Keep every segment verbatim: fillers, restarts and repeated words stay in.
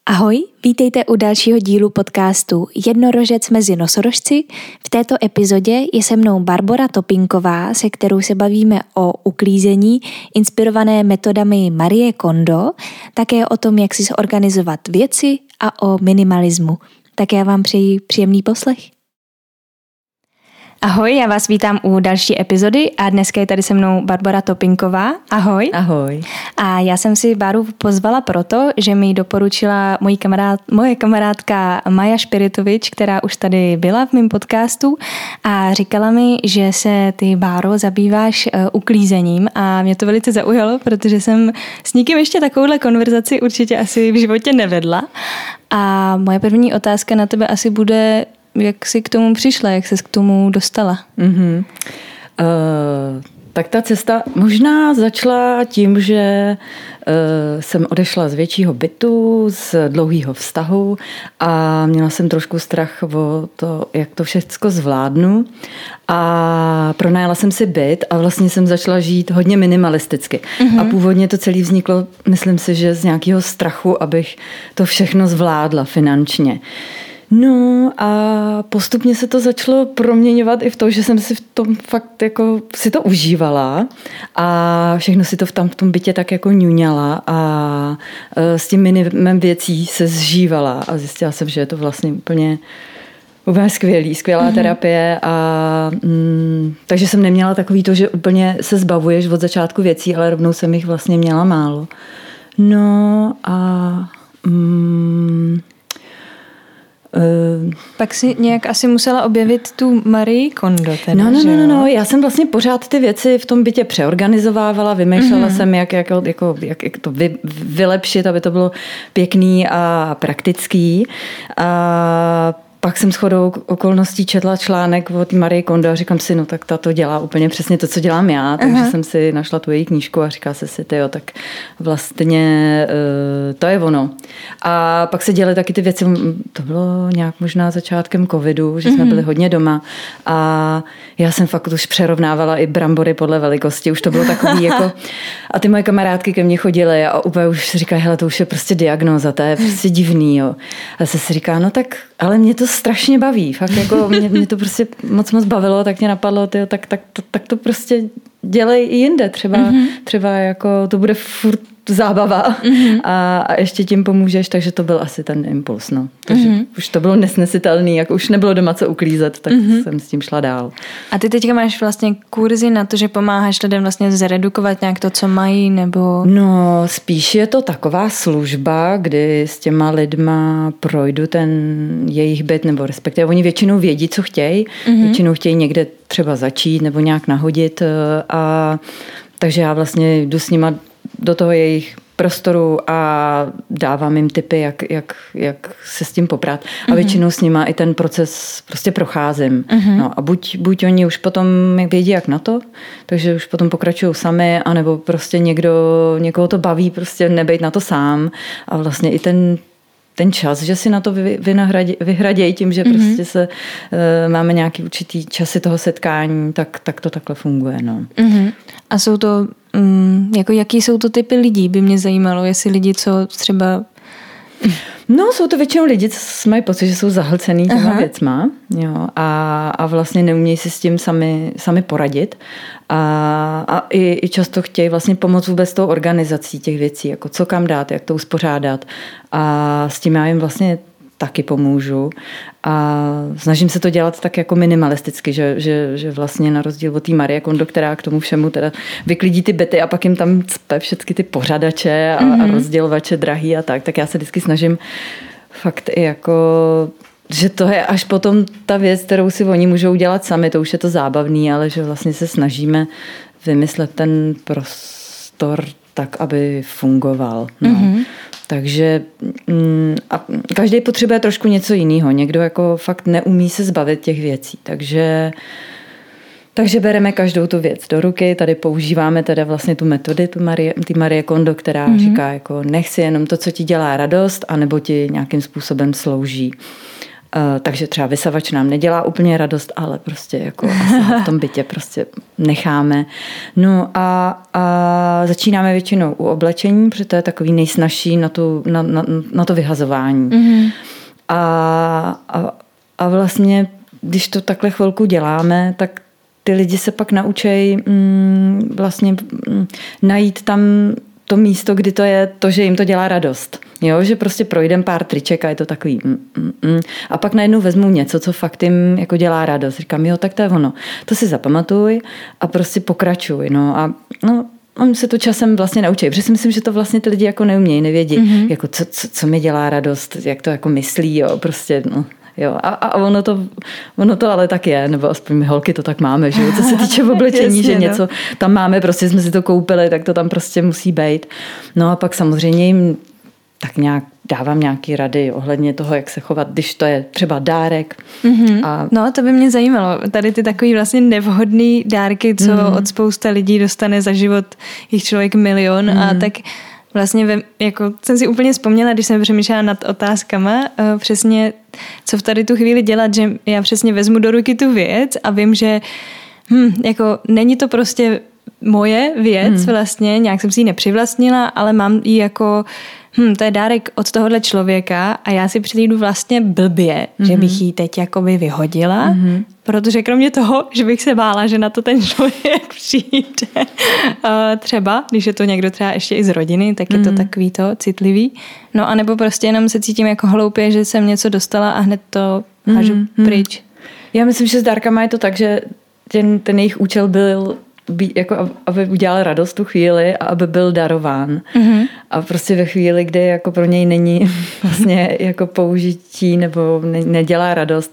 Ahoj, vítejte u dalšího dílu podcastu Jednorožec mezi nosorožci. V této epizodě je se mnou Barbora Topinková, se kterou se bavíme o uklízení, inspirované metodami Marie Kondo, také o tom, jak si zorganizovat věci a o minimalismu. Tak já vám přeji příjemný poslech. Ahoj, já vás vítám u další epizody a dneska je tady se mnou Barbora Topinková. Ahoj. Ahoj. A já jsem si Báru pozvala proto, že mi doporučila mojí kamarád, moje kamarádka Maja Špiritovič, která už tady byla v mém podcastu a říkala mi, že se ty, Báro, zabýváš uh, uklízením a mě to velice zaujalo, protože jsem s nikým ještě takovouhle konverzaci určitě asi v životě nevedla. A moje první otázka na tebe asi bude, jak jsi k tomu přišla, jak jsi k tomu dostala? Mm-hmm. Uh, tak ta cesta možná začala tím, že uh, jsem odešla z většího bytu, z dlouhého vztahu a měla jsem trošku strach o to, jak to všechno zvládnu. A pronajala jsem si byt a vlastně jsem začala žít hodně minimalisticky. Mm-hmm. A původně to celé vzniklo, myslím si, že z nějakého strachu, abych to všechno zvládla finančně. No a postupně se to začalo proměňovat i v to, že jsem si v tom fakt jako si to užívala a všechno si to v, tam v tom bytě tak jako ňuňala a s tím minimem věcí se zžívala a zjistila jsem, že je to vlastně úplně úplně skvělý, skvělá mm-hmm. terapie a mm, takže jsem neměla takový to, že úplně se zbavuješ od začátku věcí, ale rovnou jsem jich vlastně měla málo. No a mm, Uh, Pak si nějak asi musela objevit tu Marie Kondo. Teda, no, no, no, no, no, já jsem vlastně pořád ty věci v tom bytě přeorganizovávala, vymýšlela mm-hmm. jsem, jak, jak, jako, jak, jak to vy, vylepšit, aby to bylo pěkný a praktický. A pak jsem shodou okolností četla článek od Marie Kondo a říkám si, no tak ta to dělá úplně přesně to, co dělám já, takže uh-huh. jsem si našla tu její knížku a říká se si, tyjo, tak vlastně uh, to je ono. A pak se děly taky ty věci, to bylo nějak možná začátkem covidu, že jsme uh-huh. byli hodně doma a já jsem fakt už přerovnávala i brambory podle velikosti, už to bylo takový jako, a ty moje kamarádky ke mně chodily a úplně už říkají, hele, to už je prostě diagnóza, to je prostě divný, jo. A se si říká, no tak, ale mě to strašně baví, fakt jako mě, mě to prostě moc moc bavilo, tak mě napadlo, tyjo, tak, tak, to, tak to prostě dělej i jinde, třeba, mm-hmm. třeba jako to bude furt zábava mm-hmm. a, a ještě tím pomůžeš, takže to byl asi ten impuls, no. Takže mm-hmm. už to bylo nesnesitelný, jako už nebylo doma co uklízet, tak mm-hmm. jsem s tím šla dál. A ty teďka máš vlastně kurzy na to, že pomáháš lidem vlastně zredukovat nějak to, co mají, nebo? No, spíš je to taková služba, kdy s těma lidma projdu ten jejich byt, nebo respektive oni většinou vědí, co chtějí, mm-hmm. většinou chtějí někde třeba začít nebo nějak nahodit a takže já vlastně jdu s nima do toho jejich prostoru a dávám jim tipy, jak, jak, jak se s tím poprat. A většinou s nima i ten proces prostě procházím. Uh-huh. No a buď, buď oni už potom vědí, jak na to, takže už potom pokračují sami, anebo prostě někdo, někoho to baví prostě nebejt na to sám. A vlastně i ten ten čas, že si na to vyhradějí tím, že mm-hmm. prostě se e, máme nějaký určitý časy toho setkání, tak, tak to takhle funguje. No. Mm-hmm. A jsou to, mm, jako jaký jsou to typy lidí, by mě zajímalo, jestli lidi, co třeba... No, jsou to většinou lidi, co mají pocit, že jsou zahlcený těma Aha. věcma, jo, a, a vlastně neumějí si s tím sami, sami poradit. A, a i, i často chtějí vlastně pomoct vůbec tou organizací těch věcí, jako co kam dát, jak to uspořádat. A s tím já jim vlastně taky pomůžu. A snažím se to dělat tak jako minimalisticky, že, že, že vlastně na rozdíl od té Marie Kondo, která k tomu všemu teda vyklidí ty byty a pak jim tam cpe všechny ty pořadače a, mm-hmm. a rozdělovače drahý a tak, tak já se vždycky snažím fakt i jako, že to je až potom ta věc, kterou si oni můžou dělat sami, to už je to zábavný, ale že vlastně se snažíme vymyslet ten prostor tak, aby fungoval. No. Mm-hmm. Takže a každý potřebuje trošku něco jiného. Někdo jako fakt neumí se zbavit těch věcí. Takže, takže bereme každou tu věc do ruky. Tady používáme teda vlastně tu metody, tu Marie, ty Marie Kondo, která mm-hmm. říká, jako nech si jenom to, co ti dělá radost, anebo ti nějakým způsobem slouží. takže třeba vysavač nám nedělá úplně radost, ale prostě jako asi v tom bytě prostě necháme. No a, a začínáme většinou u oblečení, protože to je takový nejsnažší na, tu, na, na, na to vyhazování. Mm-hmm. A, a, a vlastně, když to takhle chvilku děláme, tak ty lidi se pak naučí mm, vlastně mm, najít tam to místo, kdy to je to, že jim to dělá radost. Jo, že prostě projdem pár triček a je to takový mm, mm, mm. A pak najednou vezmu něco, co fakt jim jako dělá radost. Říkám, jo, tak to je ono. To si zapamatuj a prostě pokračuj. No a no, on se to časem vlastně naučí, protože si myslím, že to vlastně ty lidi jako neumějí, nevědí, mm-hmm. jako co, co, co mi dělá radost, jak to jako myslí, jo, prostě, no. Jo, a, a ono, to, ono to ale tak je, nebo aspoň my holky to tak máme, že jo, co se týče oblečení, Jasně, že něco no. tam máme, prostě jsme si to koupili, tak to tam prostě musí být. No a pak samozřejmě jim tak nějak dávám nějaký rady ohledně toho, jak se chovat, když to je třeba dárek. Mm-hmm. A... No, to by mě zajímalo. Tady ty takový vlastně nevhodný dárky, co mm-hmm. od spousta lidí dostane za život jich člověk milion mm-hmm. a tak vlastně ve, jako jsem si úplně vzpomněla, když jsem přemýšlela nad otázkama, uh, přesně co v tady tu chvíli dělat, že já přesně vezmu do ruky tu věc a vím, že hm, jako není to prostě moje věc hmm. vlastně, nějak jsem si ji nepřivlastnila, ale mám ji jako hm, to je dárek od tohohle člověka a já si přijdu vlastně blbě, mm-hmm. že bych ji teď jakoby vyhodila, mm-hmm. protože kromě toho, že bych se bála, že na to ten člověk přijde, uh, třeba, když je to někdo třeba ještě i z rodiny, tak je mm-hmm. to takový to citlivý. No a nebo prostě jenom se cítím jako hloupě, že jsem něco dostala a hned to hážu mm-hmm. pryč. Já myslím, že s dárkama je to tak, že ten, ten jejich účel byl By, jako, aby udělal radost tu chvíli a aby byl darován. Mm-hmm. A prostě ve chvíli, kdy jako pro něj není vlastně jako použití nebo ne, nedělá radost,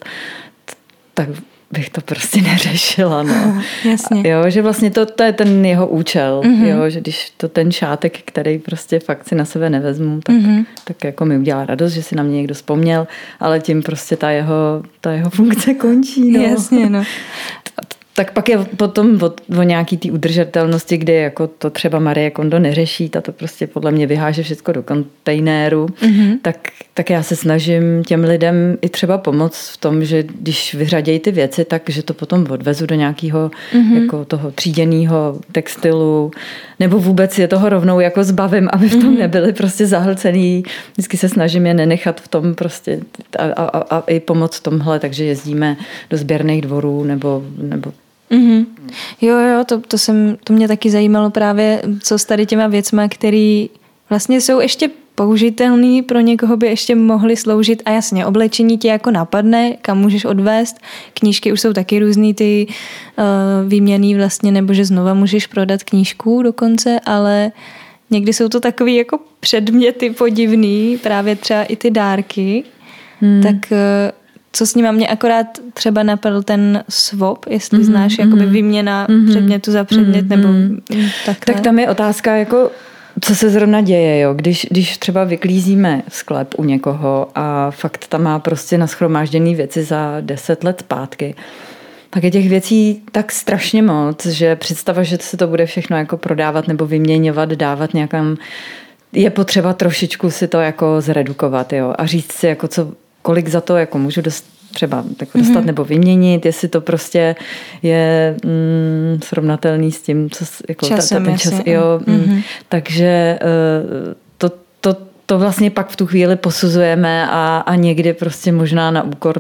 tak bych to prostě neřešila. No. Jasně. A jo, že vlastně to, to je ten jeho účel. Mm-hmm. Jo, že když to ten šátek, který prostě fakt si na sebe nevezmu, tak, mm-hmm. tak jako mi udělá radost, že si na mě někdo vzpomněl, ale tím prostě ta jeho, ta jeho funkce končí. No. Jasně, no. Tak pak je potom o, o nějaký té udržitelnosti, kde jako to třeba Marie Kondo neřeší, ta to prostě podle mě vyháže všechno do kontejnéru, mm-hmm. tak, tak já se snažím těm lidem i třeba pomoct v tom, že když vyřadějí ty věci, tak že to potom odvezu do nějakého mm-hmm. jako toho tříděného textilu, nebo vůbec je toho rovnou jako zbavím, aby v tom mm-hmm. nebyli prostě zahlcený. Vždycky se snažím je nenechat v tom prostě a, a, a i pomoct v tomhle, takže jezdíme do sběrných dvorů nebo, nebo Mm-hmm. Jo, jo, to, to, jsem, to mě taky zajímalo právě, co s tady těma věcma, který vlastně jsou ještě použitelný, pro někoho by ještě mohly sloužit a jasně, oblečení tě jako napadne, kam můžeš odvést, knížky už jsou taky různý ty uh, výměný vlastně, nebo že znova můžeš prodat knížku dokonce, ale někdy jsou to takový jako předměty podivný, právě třeba i ty dárky, hmm. tak uh, co s nima mě akorát třeba napadl ten swap, jestli mm-hmm, znáš, jakoby výměna mm-hmm, předmětu za předmět, mm-hmm. nebo takhle. Tak tam je otázka, jako, co se zrovna děje, jo? Když, když třeba vyklízíme sklep u někoho a fakt tam má prostě nashromážděný věci za deset let zpátky, tak je těch věcí tak strašně moc, že představa, že se to bude všechno jako prodávat nebo vyměňovat, dávat nějakam, je potřeba trošičku si to jako zredukovat, jo? A říct si, jako co kolik za to jako můžu dost, třeba jako dostat mm-hmm. nebo vyměnit, jestli to prostě je mm, srovnatelný s tím, co jako časem, ta, ten čas. Jo, mm-hmm. Takže to, to, to vlastně pak v tu chvíli posuzujeme a, a někdy prostě možná na úkor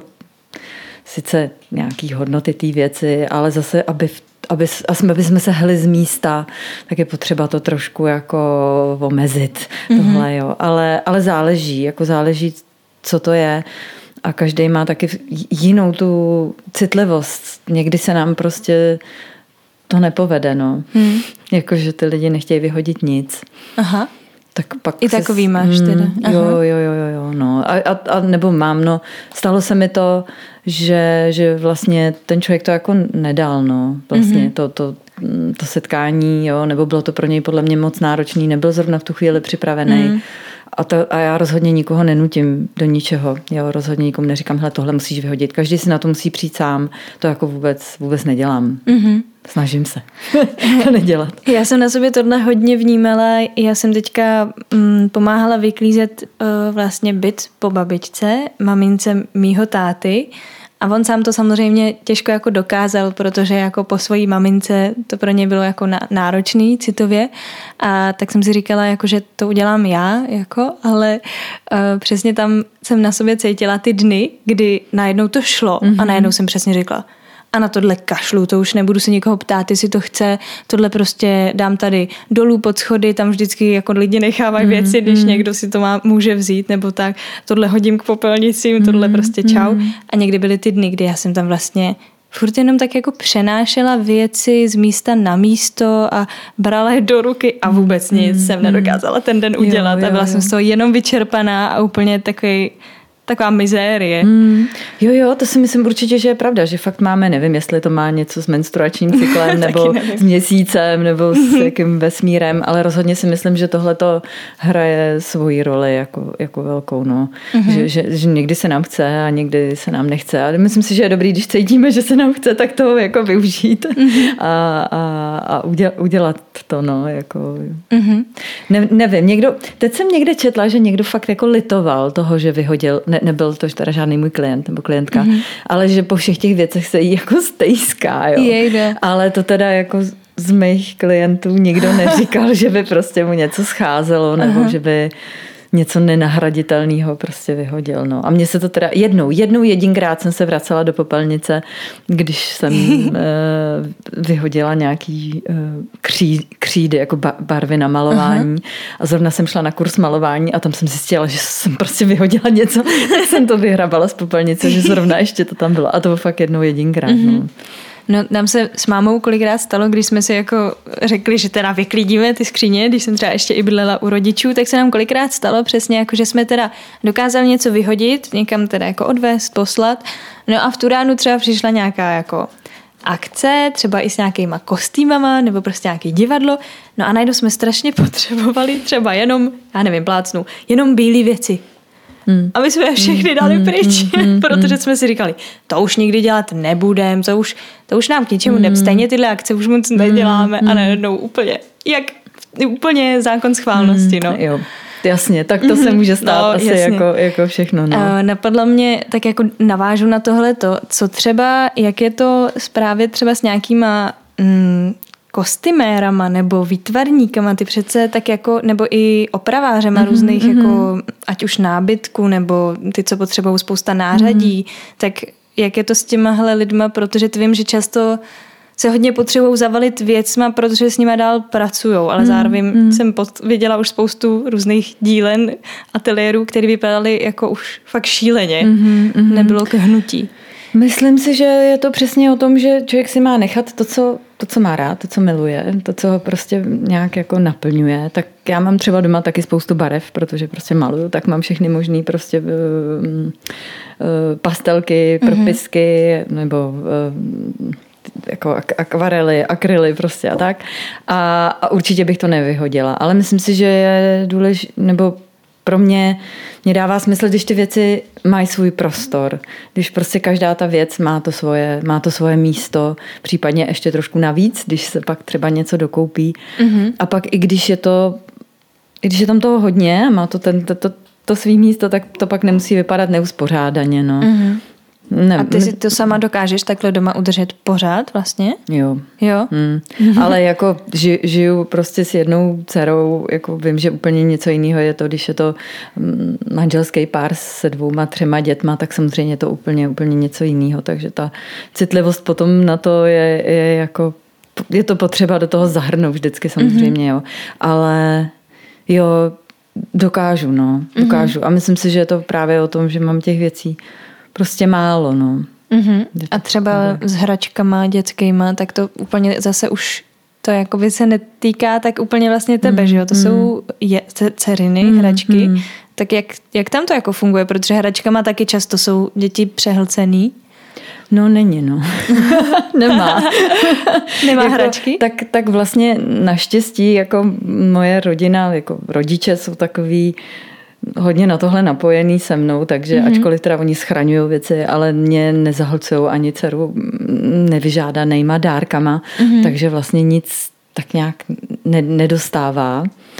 sice nějaký hodnoty té věci, ale zase, aby aby, aby jsme se hli z místa, tak je potřeba to trošku jako omezit. Mm-hmm. Tohle, jo. Ale, ale záleží, jako záleží, co to je. A každý má taky jinou tu citlivost. Někdy se nám prostě to nepovede, no. Hmm. Jakože ty lidi nechtějí vyhodit nic. Aha. Tak pak I se, takový máš teda. Aha. Jo, jo, jo, jo, jo, no. A, a, a nebo mám, no. Stalo se mi to, že, že vlastně ten člověk to jako nedal, no. Vlastně mm-hmm. to, to to setkání, jo, nebo bylo to pro něj podle mě moc náročný, nebyl zrovna v tu chvíli připravený. Mm. A, to, a já rozhodně nikoho nenutím do ničeho. Jo, rozhodně nikomu neříkám, hele, tohle musíš vyhodit. Každý si na to musí přijít sám. To jako vůbec, vůbec nedělám. Mm-hmm. Snažím se to nedělat. Já jsem na sobě tohle hodně vnímala. Já jsem teďka mm, pomáhala vyklízet uh, vlastně byt po babičce, mamince mýho táty. A on sám to samozřejmě těžko jako dokázal, protože jako po svojí mamince to pro ně bylo jako náročný citově. A tak jsem si říkala, jako, že to udělám já, jako, ale uh, přesně tam jsem na sobě cítila ty dny, kdy najednou to šlo mm-hmm. a najednou jsem přesně řekla, a na tohle kašlu, to už nebudu se nikoho ptát, jestli to chce, tohle prostě dám tady dolů pod schody, tam vždycky jako lidi nechávají věci, když mm. někdo si to má, může vzít, nebo tak, tohle hodím k popelnicím, tohle prostě čau. Mm. A někdy byly ty dny, kdy já jsem tam vlastně furt jenom tak jako přenášela věci z místa na místo a brala je do ruky a vůbec nic mm. jsem nedokázala ten den udělat jo, jo, a byla jo. jsem z toho jenom vyčerpaná a úplně takový taková mizérie. Mm. Jo, jo, to si myslím určitě, že je pravda, že fakt máme, nevím, jestli to má něco s menstruačním cyklem, nebo s měsícem, nebo s jakým vesmírem, ale rozhodně si myslím, že tohle to hraje svoji roli jako, jako velkou, no. Mm-hmm. Že, že, že někdy se nám chce a někdy se nám nechce. Ale myslím si, že je dobrý, když cítíme, že se nám chce, tak to jako využít mm-hmm. a, a, a udělat to, no, jako. Mm-hmm. Ne, nevím, někdo, teď jsem někde četla, že někdo fakt jako litoval toho, že vyhodil, ne, nebyl to teda žádný můj klient nebo klientka, mm-hmm. ale že po všech těch věcech se jí jako stejská, jo. Jejde. Ale to teda jako z mých klientů nikdo neříkal, že by prostě mu něco scházelo, nebo Aha. že by něco nenahraditelného prostě vyhodil. No. A mně se to teda jednou, jednou jedinkrát jsem se vracela do popelnice, když jsem uh, vyhodila nějaký uh, kří, křídy, jako ba, barvy na malování. Aha. A zrovna jsem šla na kurz malování a tam jsem zjistila, že jsem prostě vyhodila něco, tak jsem to vyhrabala z popelnice, že zrovna ještě to tam bylo. A to bylo fakt jednou jedinkrát. Mm-hmm. No. No, nám se s mámou kolikrát stalo, když jsme si jako řekli, že teda vyklidíme ty skříně, když jsem třeba ještě i bydlela u rodičů, tak se nám kolikrát stalo přesně jako, že jsme teda dokázali něco vyhodit, někam teda jako odvést, poslat. No a v tu ránu třeba přišla nějaká jako akce, třeba i s nějakýma kostýmama, nebo prostě nějaký divadlo. No a najednou jsme strašně potřebovali třeba jenom, já nevím, plácnu, jenom bílé věci. Hmm. A my jsme je všechny dali hmm, pryč, hmm, hmm, protože jsme si říkali, to už nikdy dělat nebudem, to už, to už nám k ničemu hmm. stejně tyhle akce už moc neděláme hmm. a najednou úplně, jak úplně zákon schválnosti. No. Jo. Jasně, tak to se může stát no, asi jako, jako všechno. No. Uh, napadlo mě, tak jako navážu na tohleto, co třeba, jak je to právě třeba s nějakýma mm, kostymérama nebo výtvarníkama, ty přece tak jako, nebo i opravářema mm-hmm, různých, mm-hmm. jako ať už nábytku, nebo ty, co potřebují spousta nářadí, mm-hmm. tak jak je to s těmahle lidma, protože ty vím, že často se hodně potřebují zavalit věcma, protože s nima dál pracujou, ale mm, zároveň mm. jsem pod, viděla už spoustu různých dílen, ateliérů, které vypadaly jako už fakt šíleně. Mm, mm. Nebylo k hnutí. Myslím si, že je to přesně o tom, že člověk si má nechat to, co, to, co má rád, to, co miluje, to, co ho prostě nějak jako naplňuje. Tak já mám třeba doma taky spoustu barev, protože prostě maluju, tak mám všechny možný prostě uh, uh, pastelky, propisky, mm-hmm. nebo uh, jako akvarely, akryly prostě a tak. A, a určitě bych to nevyhodila. Ale myslím si, že je důležité, nebo pro mě, mě dává smysl, když ty věci mají svůj prostor. Když prostě každá ta věc má to svoje, má to svoje místo, případně ještě trošku navíc, když se pak třeba něco dokoupí. Mm-hmm. A pak i když je to, i když je tam toho hodně a má to, ten, to, to, to svý místo, tak to pak nemusí vypadat neuspořádaně. No. Mm-hmm. Ne, a ty si to sama dokážeš takhle doma udržet pořád vlastně? Jo. Jo? Mm. Mm-hmm. Ale jako ži, žiju prostě s jednou dcerou, jako vím, že úplně něco jiného je to, když je to manželský pár se dvouma, třema dětma, tak samozřejmě to úplně, úplně něco jiného. Takže ta citlivost potom na to je, je jako, je to potřeba do toho zahrnout vždycky samozřejmě, mm-hmm. jo. Ale jo, dokážu, no. Dokážu. Mm-hmm. A myslím si, že je to právě o tom, že mám těch věcí prostě málo, no. Mm-hmm. A třeba s hračkama dětskýma, tak to úplně zase už to jakoby se netýká tak úplně vlastně tebe, mm, že jo? To mm. jsou je, dceřiny, mm, hračky. Mm. Tak jak, jak tam to jako funguje? Protože hračkama taky často jsou děti přehlcený. No není, no. Nemá. Nemá jako, hračky? Tak, tak vlastně naštěstí jako moje rodina, jako rodiče jsou takový hodně na tohle napojený se mnou, takže mm-hmm. ačkoliv teda oni schraňují věci, ale mě nezahlcují ani dceru nevyžádanýma dárkama, mm-hmm. takže vlastně nic tak nějak ne- nedostává.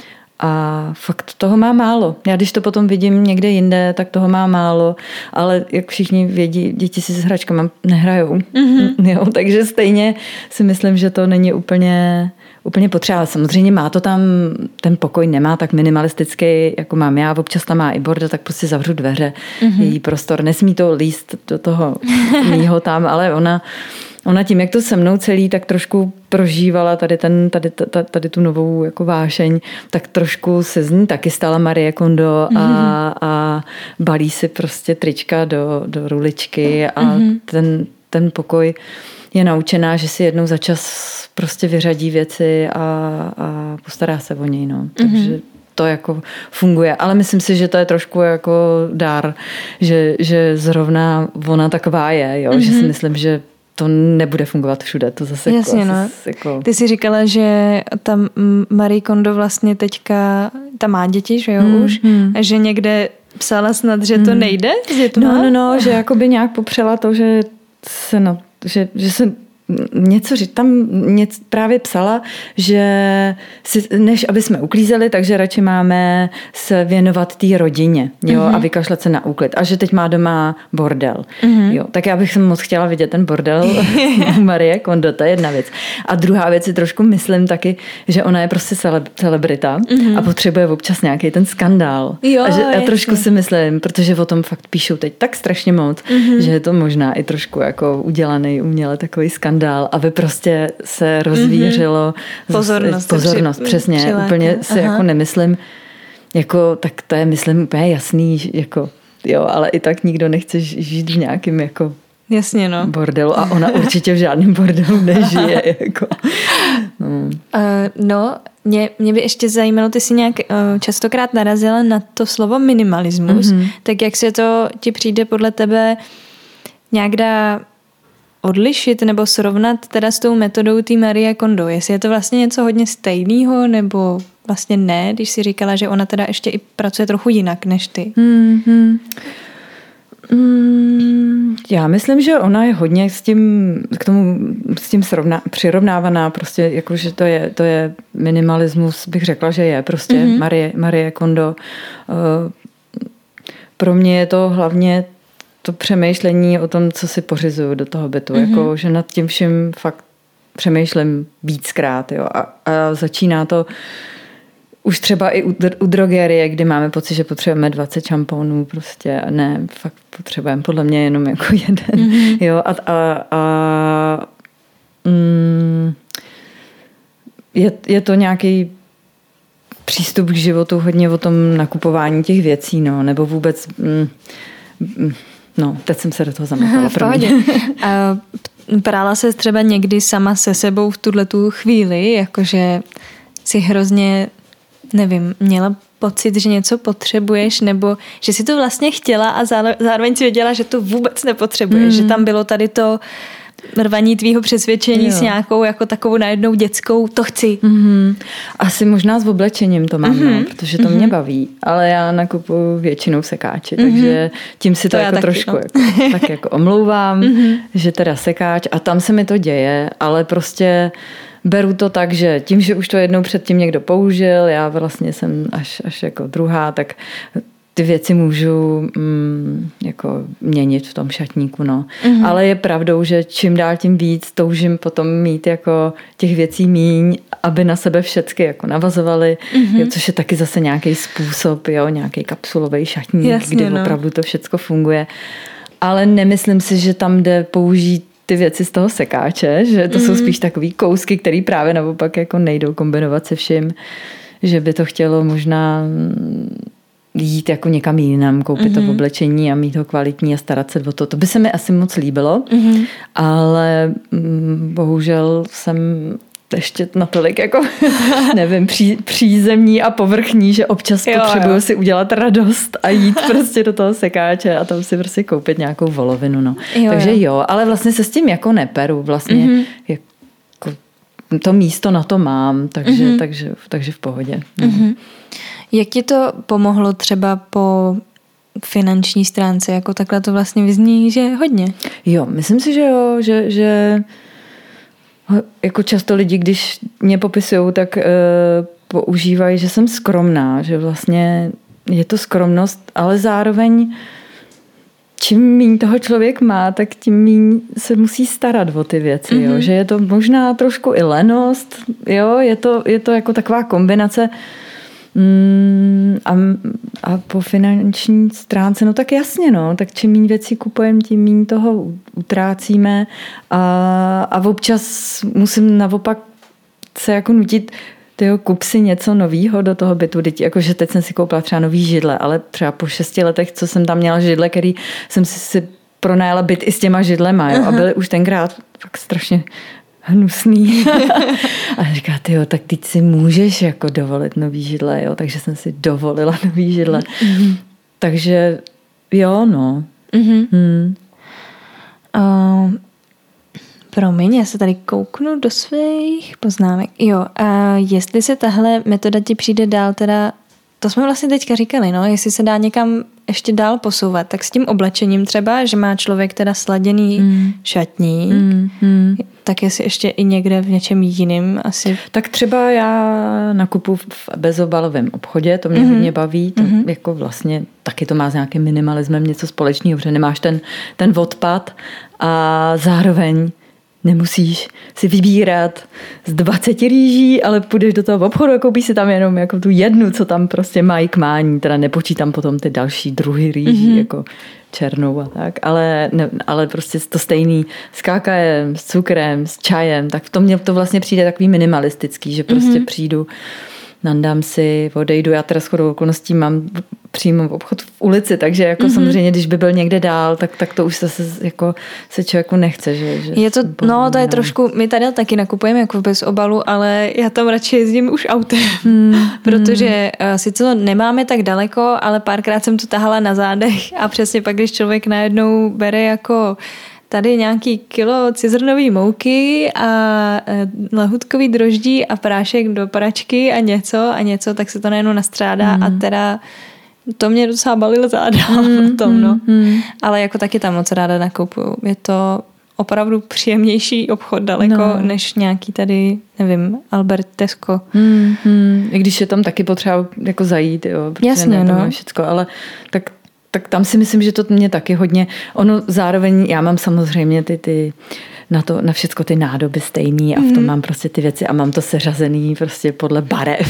A fakt toho má málo. Já když to potom vidím někde jinde, tak toho má málo, ale jak všichni vědí, děti si s hračkama nehrajou. Mm-hmm. Jo, takže stejně si myslím, že to není úplně, úplně potřeba. Samozřejmě má to tam, ten pokoj nemá tak minimalistický, jako mám já, občas tam má i borda, tak prostě zavřu dveře, mm-hmm. její prostor. Nesmí to líst do toho mýho tam, ale ona Ona tím, jak to se mnou celý, tak trošku prožívala tady, ten, tady, tady, tady tu novou jako vášeň, tak trošku se z ní taky stala Marie Kondo a, mm-hmm. a balí si prostě trička do, do ruličky a mm-hmm. ten, ten pokoj je naučená, že si jednou za čas prostě vyřadí věci a, a postará se o něj. No. Takže mm-hmm. to jako funguje. Ale myslím si, že to je trošku jako dár, že, že zrovna ona taková je, jo? Mm-hmm. Že si myslím, že to nebude fungovat všude. To zase jasně, jako, no. jako... Ty jsi říkala, že ta Marie Kondo vlastně teďka, ta má děti, že jo, hmm, už, hmm. a že někde psala snad, že to nejde s dětma? No, no, no, že jakoby nějak popřela to, že se, no, že, že se něco, že tam něco právě psala, že si, než aby jsme uklízeli, takže radši máme se věnovat té rodině, jo, mm-hmm. a vykašlat se na úklid. A že teď má doma bordel. Mm-hmm. Jo, tak já bych se moc chtěla vidět ten bordel u Marie Kondo, to je jedna věc. A druhá věc si trošku myslím taky, že ona je prostě celeb, celebrita mm-hmm. a potřebuje občas nějaký ten skandál. Jo, a že já jasně. trošku si myslím, protože o tom fakt píšou teď tak strašně moc, mm-hmm. že je to možná i trošku jako udělaný uměle takový skandál. Dál, aby prostě se rozvířilo mm-hmm. pozornost. Pozornost, při, přesně. Přiláka. Úplně si Aha. jako nemyslím, jako, tak to je, myslím, úplně jasný, jako, jo, ale i tak nikdo nechce žít v nějakým jako jasně, no. bordelu a ona určitě v žádném bordelu nežije. Jako. No. Uh, no, mě, mě by ještě zajímalo, ty jsi nějak uh, častokrát narazila na to slovo minimalismus, mm-hmm. tak jak se to ti přijde podle tebe nějak dá odlišit nebo srovnat teda s tou metodou té Marie Kondo? Jestli je to vlastně něco hodně stejného, nebo vlastně ne, když si říkala, že ona teda ještě i pracuje trochu jinak než ty. Hmm, hmm. Hmm, já myslím, že ona je hodně s tím, k tomu, s tím srovna, přirovnávaná, prostě jako, že to je, to je minimalismus, bych řekla, že je prostě mm-hmm. Marie, Marie Kondo. Pro mě je to hlavně to přemýšlení o tom, co si pořizuju do toho bytu. Mm-hmm. Jako, že nad tím vším fakt přemýšlím víckrát. Jo. A, a začíná to už třeba i u, u drogerie, kdy máme pocit, že potřebujeme dvacet šamponů. Prostě ne, fakt potřebujeme podle mě jenom jako jeden. Mm-hmm. Jo, a, a, a mm, je, je to nějaký přístup k životu hodně o tom nakupování těch věcí, no, nebo vůbec... Mm, mm, No, teď jsem se do toho zamotala. V pohodě. A prála se třeba někdy sama se sebou v tuhletu chvíli, jakože si hrozně, nevím, měla pocit, že něco potřebuješ, nebo že si to vlastně chtěla a zároveň si věděla, že to vůbec nepotřebuješ, mm. že tam bylo tady to rvaní tvýho přesvědčení jo. s nějakou jako takovou najednou dětskou, to chci. Mm-hmm. Asi možná s oblečením to mám, mm-hmm. no, protože to mm-hmm. mě baví, ale já nakupuju většinou v sekáči, mm-hmm. takže tím si to, to jako taky, trošku no. jako, tak jako omlouvám, mm-hmm. že teda sekáč a tam se mi to děje, ale prostě beru to tak, že tím, že už to jednou předtím někdo použil, já vlastně jsem až, až jako druhá, tak ty věci můžu mm, jako měnit v tom šatníku, no. Mm-hmm. Ale je pravdou, že čím dál tím víc toužím potom mít jako těch věcí míň, aby na sebe všecky jako navazovaly, mm-hmm. jo, což je taky zase nějaký způsob, jo, nějaký kapsulový šatník, jasně, kdy no. opravdu to všecko funguje. Ale nemyslím si, že tam jde použít ty věci z toho sekáče, že to mm-hmm. jsou spíš takový kousky, který právě naopak jako nejdou kombinovat se vším, že by to chtělo možná jít jako někam jinam, koupit mm-hmm. to oblečení a mít ho kvalitní a starat se o to. To by se mi asi moc líbilo, mm-hmm. ale mm, bohužel jsem ještě natolik jako, nevím, pří, přízemní a povrchní, že občas jo, potřebuju jo. si udělat radost a jít prostě do toho sekáče a tam si prostě koupit nějakou volovinu, no. Jo, Takže jo. jo, ale vlastně se s tím jako neperu, vlastně mm-hmm. jako to místo na to mám, takže, mm-hmm. takže, takže v pohodě. No. Mm-hmm. Jak ti to pomohlo třeba po finanční stránce, jako takhle to vlastně vyzní, že hodně? Jo, myslím si, že jo, že, že jako často lidi, když mě popisujou, tak uh, používají, že jsem skromná, že vlastně je to skromnost, ale zároveň čím míň toho člověk má, tak tím míň se musí starat o ty věci, mm-hmm. jo? Že je to možná trošku i lenost, jo? Je to, je to jako taková kombinace mm, a, a po finanční stránce, no tak jasně, no, tak čím míň věcí kupujeme, tím míň toho utrácíme a, a občas musím naopak se jako nutit, tyjo, kup si něco novýho do toho bytu. Jakože teď jsem si koupila třeba nový židle, ale třeba po šesti letech, co jsem tam měla židle, který jsem si, si pronajala byt i s těma židlema, jo, a byly už tenkrát fakt strašně hnusný. A říká, tyjo, tak teď si můžeš jako dovolit nový židle, jo, takže jsem si dovolila nový židle. Mm-hmm. Takže jo, no. Mm-hmm. Hmm. Uh... Promiň, já se tady kouknu do svých poznámek. Jo, a jestli se tahle metoda ti přijde dál, teda, to jsme vlastně teďka říkali, no, jestli se dá někam ještě dál posouvat, tak s tím oblečením třeba, že má člověk teda sladěný mm. šatník, mm. Mm. tak jestli ještě i někde v něčem jiným asi. Tak třeba já nakupuji v bezobalovém obchodě, to mě mm. hodně baví, to mm. jako vlastně taky to má s nějakým minimalismem něco společného, protože nemáš ten, ten odpad a zároveň nemusíš si vybírat z dvaceti rýží, ale půjdeš do toho obchodu a koupíš si tam jenom jako tu jednu, co tam prostě mají k mání. Teda nepočítám potom ty další druhy rýží, mm-hmm. jako černou a tak. Ale, ne, ale prostě to stejný s kákajem, s cukrem, s čajem. Tak v tom mě to vlastně přijde takový minimalistický, že prostě mm-hmm. přijdu, nandám si, odejdu. Já teda shodou okolností mám přímo v obchod v ulici, takže jako mm-hmm. samozřejmě, když by byl někde dál, tak, tak to už se, jako, se člověku nechce. Že, že je to, no to je trošku, my tady taky nakupujeme jako bez obalu, ale já tam radši jezdím už autem, mm, protože mm. sice to nemáme tak daleko, ale párkrát jsem to tahala na zádech a přesně pak, když člověk najednou bere jako tady nějaký kilo cizrnový mouky a lahůdkový droždí a prášek do pračky a něco a něco, tak se to najednou nastřádá mm. a teda to mě docela balilo záda mm, potom, no. Mm. Ale jako taky tam moc ráda nakupuju. Je to opravdu příjemnější obchod daleko, no. než nějaký tady, nevím, Albert, Tesco. Mm, mm. I když je tam taky potřeba jako zajít, jo. Jasně, no. Všecko, ale tak tak tam si myslím, že to mě taky hodně, ono zároveň, já mám samozřejmě ty, ty na to, na všecko ty nádoby stejný a v tom mm. mám prostě ty věci a mám to seřazený prostě podle barev.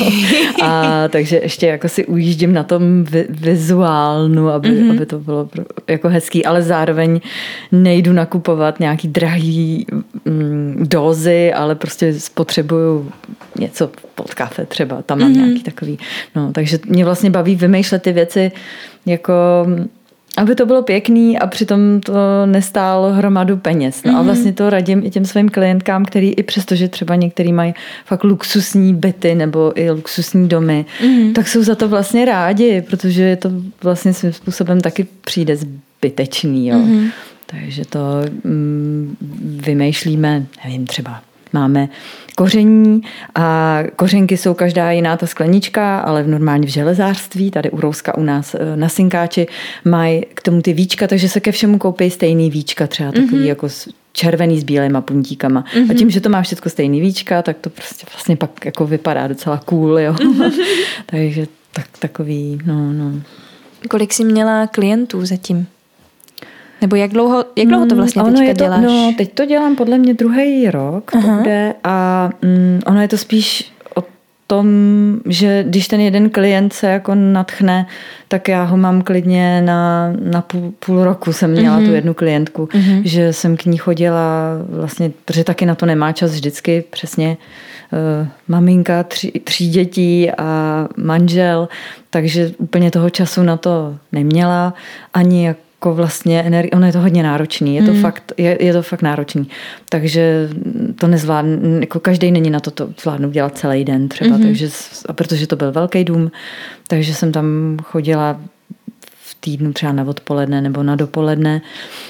A takže ještě jako si ujíždím na tom vi, vizuálnu, aby, mm. aby to bylo jako hezký, ale zároveň nejdu nakupovat nějaký drahý mm, dózy, ale prostě spotřebuju něco pod kafe třeba, tam mám mm. nějaký takový, no, takže mě vlastně baví vymýšlet ty věci jako aby to bylo pěkný a přitom to nestálo hromadu peněz. No mm-hmm. a vlastně to radím i těm svým klientkám, který i přesto, že třeba některý mají fakt luxusní byty nebo i luxusní domy, mm-hmm. tak jsou za to vlastně rádi, protože je to vlastně svým způsobem taky přijde zbytečný. Jo. Mm-hmm. Takže to mm, vymýšlíme, nevím, třeba máme koření a kořenky jsou každá jiná ta sklenička, ale v normálně v železářství, tady u Rouska u nás na Synkáči mají k tomu ty víčka, takže se ke všemu koupí stejný víčka, třeba takový mm-hmm. jako červený s bílejma puntíkama. Mm-hmm. A tím, že to má všechno stejný víčka, tak to prostě vlastně pak jako vypadá docela cool, jo. Mm-hmm. Takže tak, takový, no, no. Kolik jsi měla klientů zatím? Nebo jak dlouho, jak dlouho to vlastně teďka je to, děláš? No, teď to dělám podle mě druhý rok bude, a mm, ono je to spíš o tom, že když ten jeden klient se jako nadchne, tak já ho mám klidně na, na půl, půl roku jsem měla mm-hmm. tu jednu klientku, mm-hmm. že jsem k ní chodila vlastně, protože taky na to nemá čas vždycky, přesně uh, maminka tří, tří dětí a manžel, takže úplně toho času na to neměla, ani jak jako vlastně energie, ono je to hodně náročný, je to, mm. fakt, je, je to fakt náročný. Takže to nezvládnu, jako každý není na to, to zvládnu dělat celý den třeba, mm-hmm. takže, a protože to byl velký dům, takže jsem tam chodila v týdnu třeba na odpoledne nebo na dopoledne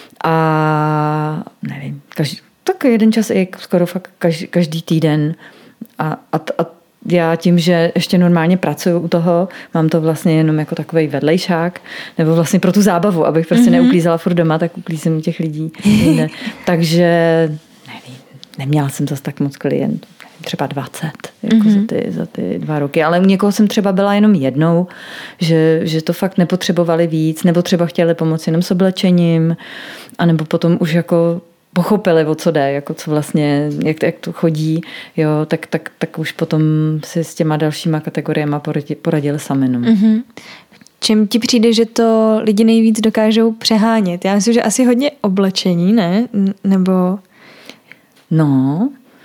a nevím, každý, tak jeden čas i skoro fakt každý, každý týden a, a, a já tím, že ještě normálně pracuju u toho, mám to vlastně jenom jako takovej vedlejšák, nebo vlastně pro tu zábavu, abych prostě mm-hmm. neuklízela furt doma, tak uklízím u těch lidí. Takže nevím, neměla jsem zase tak moc klientů, třeba dvacet jako mm-hmm. za, ty, za ty dva roky, ale u někoho jsem třeba byla jenom jednou, že, že to fakt nepotřebovali víc, nebo třeba chtěli pomoct jenom s oblečením, anebo potom už jako pochopili, o co jde, jako co vlastně, jak, jak to chodí, jo, tak, tak, tak už potom si s těma dalšíma kategoriemi poradili, poradili sami. No. Mm-hmm. Čím ti přijde, že to lidi nejvíc dokážou přehánět? Já myslím, že asi hodně oblečení, ne? Nebo... No,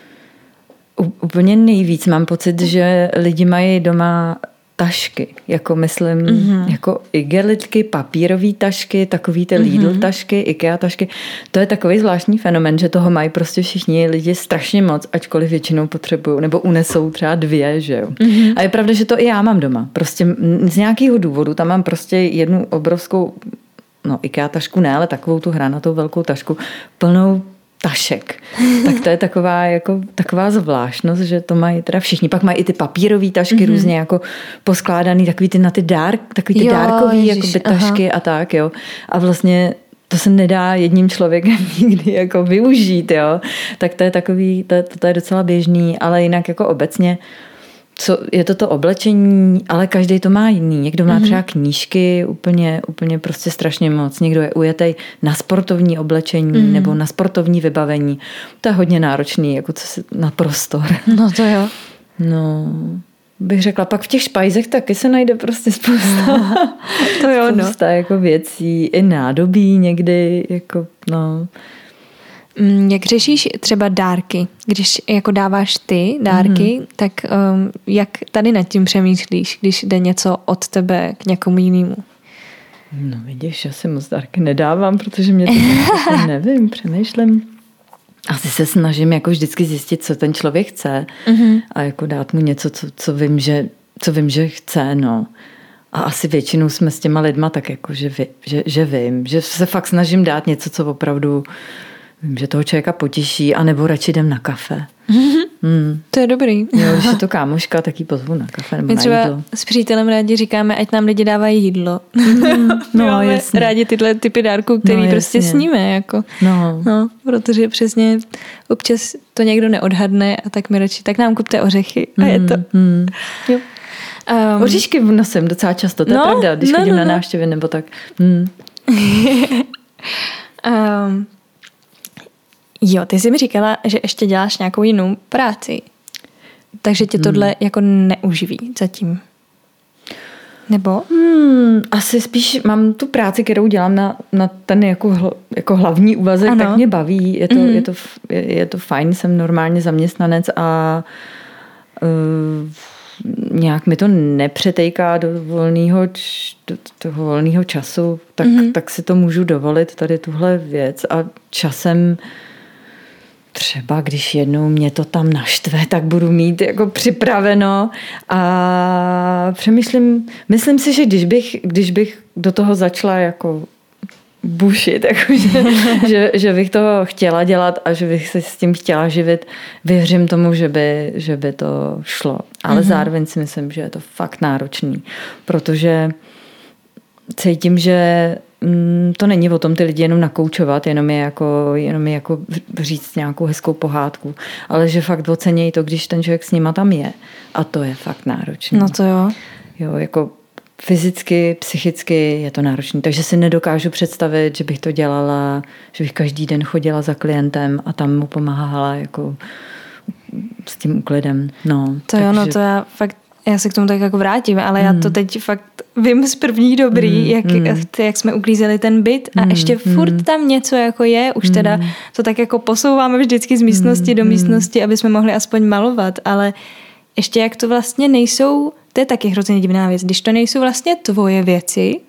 úplně nejvíc mám pocit, že lidi mají doma tašky, jako myslím, mm-hmm. jako igelitky, papírové tašky, takový ty Lidl mm-hmm. tašky, IKEA tašky. To je takový zvláštní fenomen, že toho mají prostě všichni lidi strašně moc, ačkoliv většinou potřebují, nebo unesou třeba dvě, že jo. Mm-hmm. A je pravda, že to i já mám doma. Prostě z nějakého důvodu tam mám prostě jednu obrovskou, no IKEA tašku ne, ale takovou tu hranatou velkou tašku, plnou tašek. Tak to je taková, jako, taková zvláštnost, že to mají teda všichni. Pak mají i ty papírové tašky mm-hmm. různě jako poskládaný, takový ty na ty dár, takový ty jo, dárkový jakoby, tašky aha. a tak, jo. A vlastně to se nedá jedním člověkem nikdy jako využít, jo. Tak to je takový, to, to je docela běžný, ale jinak jako obecně co, je to to oblečení, ale každý to má jiný. Někdo má třeba knížky úplně, úplně prostě strašně moc. Někdo je ujetej na sportovní oblečení mm. nebo na sportovní vybavení. To je hodně náročný, jako co si, na prostor. No to jo. No, bych řekla, pak v těch špajzech taky se najde prostě spousta, to jo, spousta no. jako věcí, i nádobí někdy, jako no. Jak řešíš třeba dárky? Když jako dáváš ty dárky, mm. tak um, jak tady nad tím přemýšlíš, když jde něco od tebe k někomu jinému? No vidíš, já si moc dárky nedávám, protože mě to nevím, přemýšlím. Asi se snažím jako vždycky zjistit, co ten člověk chce mm-hmm. a jako dát mu něco, co, co, vím, že, co vím, že chce, no. A asi většinou jsme s těma lidma tak jako, že, vy, že, že vím, že se fakt snažím dát něco, co opravdu vím, že toho člověka potěší, anebo radši jdem na kafe. Mm-hmm. Mm. To je dobrý. Jo, když je to kámoška, tak ji pozvu na kafe nebo my na třeba jídlo. S přítelem rádi říkáme, ať nám lidi dávají jídlo. Mm, no, jasně. Rádi tyhle typy dárků, který no, prostě sníme. Jako. No. no. Protože přesně občas to někdo neodhadne a tak mi radši, tak nám kupte ořechy. A mm, je to... Mm. Jo. Um, Oříšky nosím docela často, to je no, pravda, když no, chodím no, na návštěvy nebo tak. Mm. um, Jo, ty jsi mi říkala, že ještě děláš nějakou jinou práci. Takže tě tohle hmm. jako neuživí zatím. Nebo? Hmm, asi spíš mám tu práci, kterou dělám na, na ten jako, hl, jako hlavní úvazek, ano. tak mě baví. Je to, mm. je, to, je, je to fajn, jsem normálně zaměstnanec a uh, nějak mi to nepřetejká do volného, do toho volného času, tak, mm. tak si to můžu dovolit tady tuhle věc a časem třeba když jednou mě to tam naštve, tak budu mít jako připraveno a přemýšlím, myslím si, že když bych, když bych do toho začala jako bušit, jako že, že, že bych to chtěla dělat a že bych se s tím chtěla živit, věřím tomu, že by, že by to šlo. Ale mm-hmm. zároveň si myslím, že je to fakt náročný, protože cítím, že to není o tom ty lidi jenom nakoučovat, jenom je jako, jenom je jako říct nějakou hezkou pohádku, ale že fakt ocenějí to, když ten člověk s nima tam je. A to je fakt náročné. No to jo. Jo, jako fyzicky, psychicky je to náročné. Takže si nedokážu představit, že bych to dělala, že bych každý den chodila za klientem a tam mu pomáhala jako s tím úklidem. No, to takže... jo, no to já fakt já se k tomu tak jako vrátím, ale mm. já to teď fakt vím z první dobrý, mm. jak, mm. jak jsme uklízeli ten byt a mm. ještě furt mm. tam něco jako je, už mm. teda to tak jako posouváme vždycky z místnosti mm. do místnosti, aby jsme mohli aspoň malovat, ale ještě jak to vlastně nejsou, to je taky hrozně divná věc, když to nejsou vlastně tvoje věci,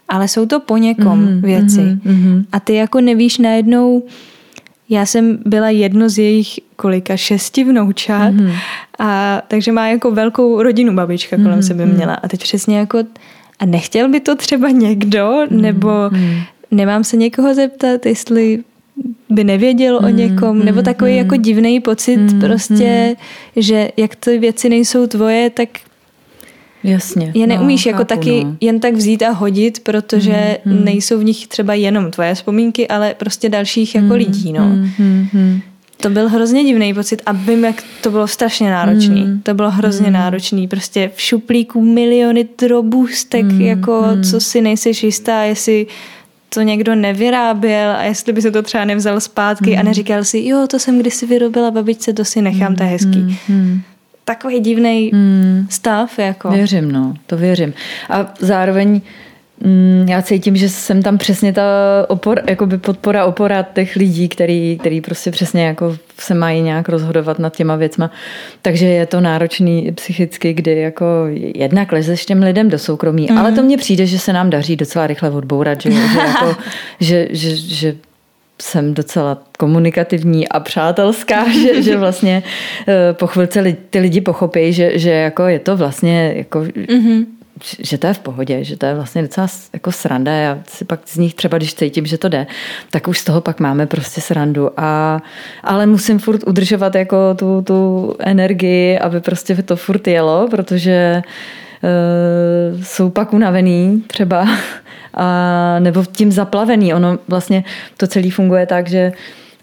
ale jsou to po někom mm, věci. Mm, mm. A ty jako nevíš najednou, já jsem byla jedno z jejich kolika šesti vnoučat, mm. a takže má jako velkou rodinu babička kolem mm, sebe měla. A teď přesně jako, a nechtěl by to třeba někdo, mm, nebo mm. nemám se někoho zeptat, jestli by nevěděl mm, o někom, mm, nebo takový mm, jako divný pocit mm, prostě, mm. že jak ty věci nejsou tvoje, tak jasně, je neumíš no, jako chápu, taky no. jen tak vzít a hodit, protože mm, mm. nejsou v nich třeba jenom tvoje vzpomínky, ale prostě dalších jako mm, lidí, no. Mm, mm. To byl hrozně divný pocit a vím, jak to bylo strašně náročný. Mm. To bylo hrozně mm. náročný. Prostě v šuplíku miliony drobůstek, mm, jako mm. co si nejseš jistá, jestli to někdo nevyráběl a jestli by se to třeba nevzal zpátky mm. a neříkal si, jo, to jsem kdysi vyrobila babičce, to si nechám, mm. to je hezký. Mm. Takový divný mm. stav. Jako. Věřím, no, to věřím. A zároveň mm, já cítím, že jsem tam přesně ta opor, jakoby podpora, opora těch lidí, který, který prostě přesně jako se mají nějak rozhodovat nad těma věcma. Takže je to náročný psychicky, kdy jako jednak lezeš těm lidem do soukromí, mm. ale to mně přijde, že se nám daří docela rychle odbourat, že, že, jako, že, že, že jsem docela komunikativní a přátelská, že, že vlastně po chvilce ty lidi pochopí, že, že jako je to vlastně jako, mm-hmm. že to je v pohodě, že to je vlastně docela jako sranda. Já si pak z nich třeba, když cítím, že to jde, tak už z toho pak máme prostě srandu. A, ale musím furt udržovat jako tu, tu energii, aby prostě to furt jelo, protože uh, jsou pak unavený třeba a nebo tím zaplavený. Ono vlastně to celé funguje tak, že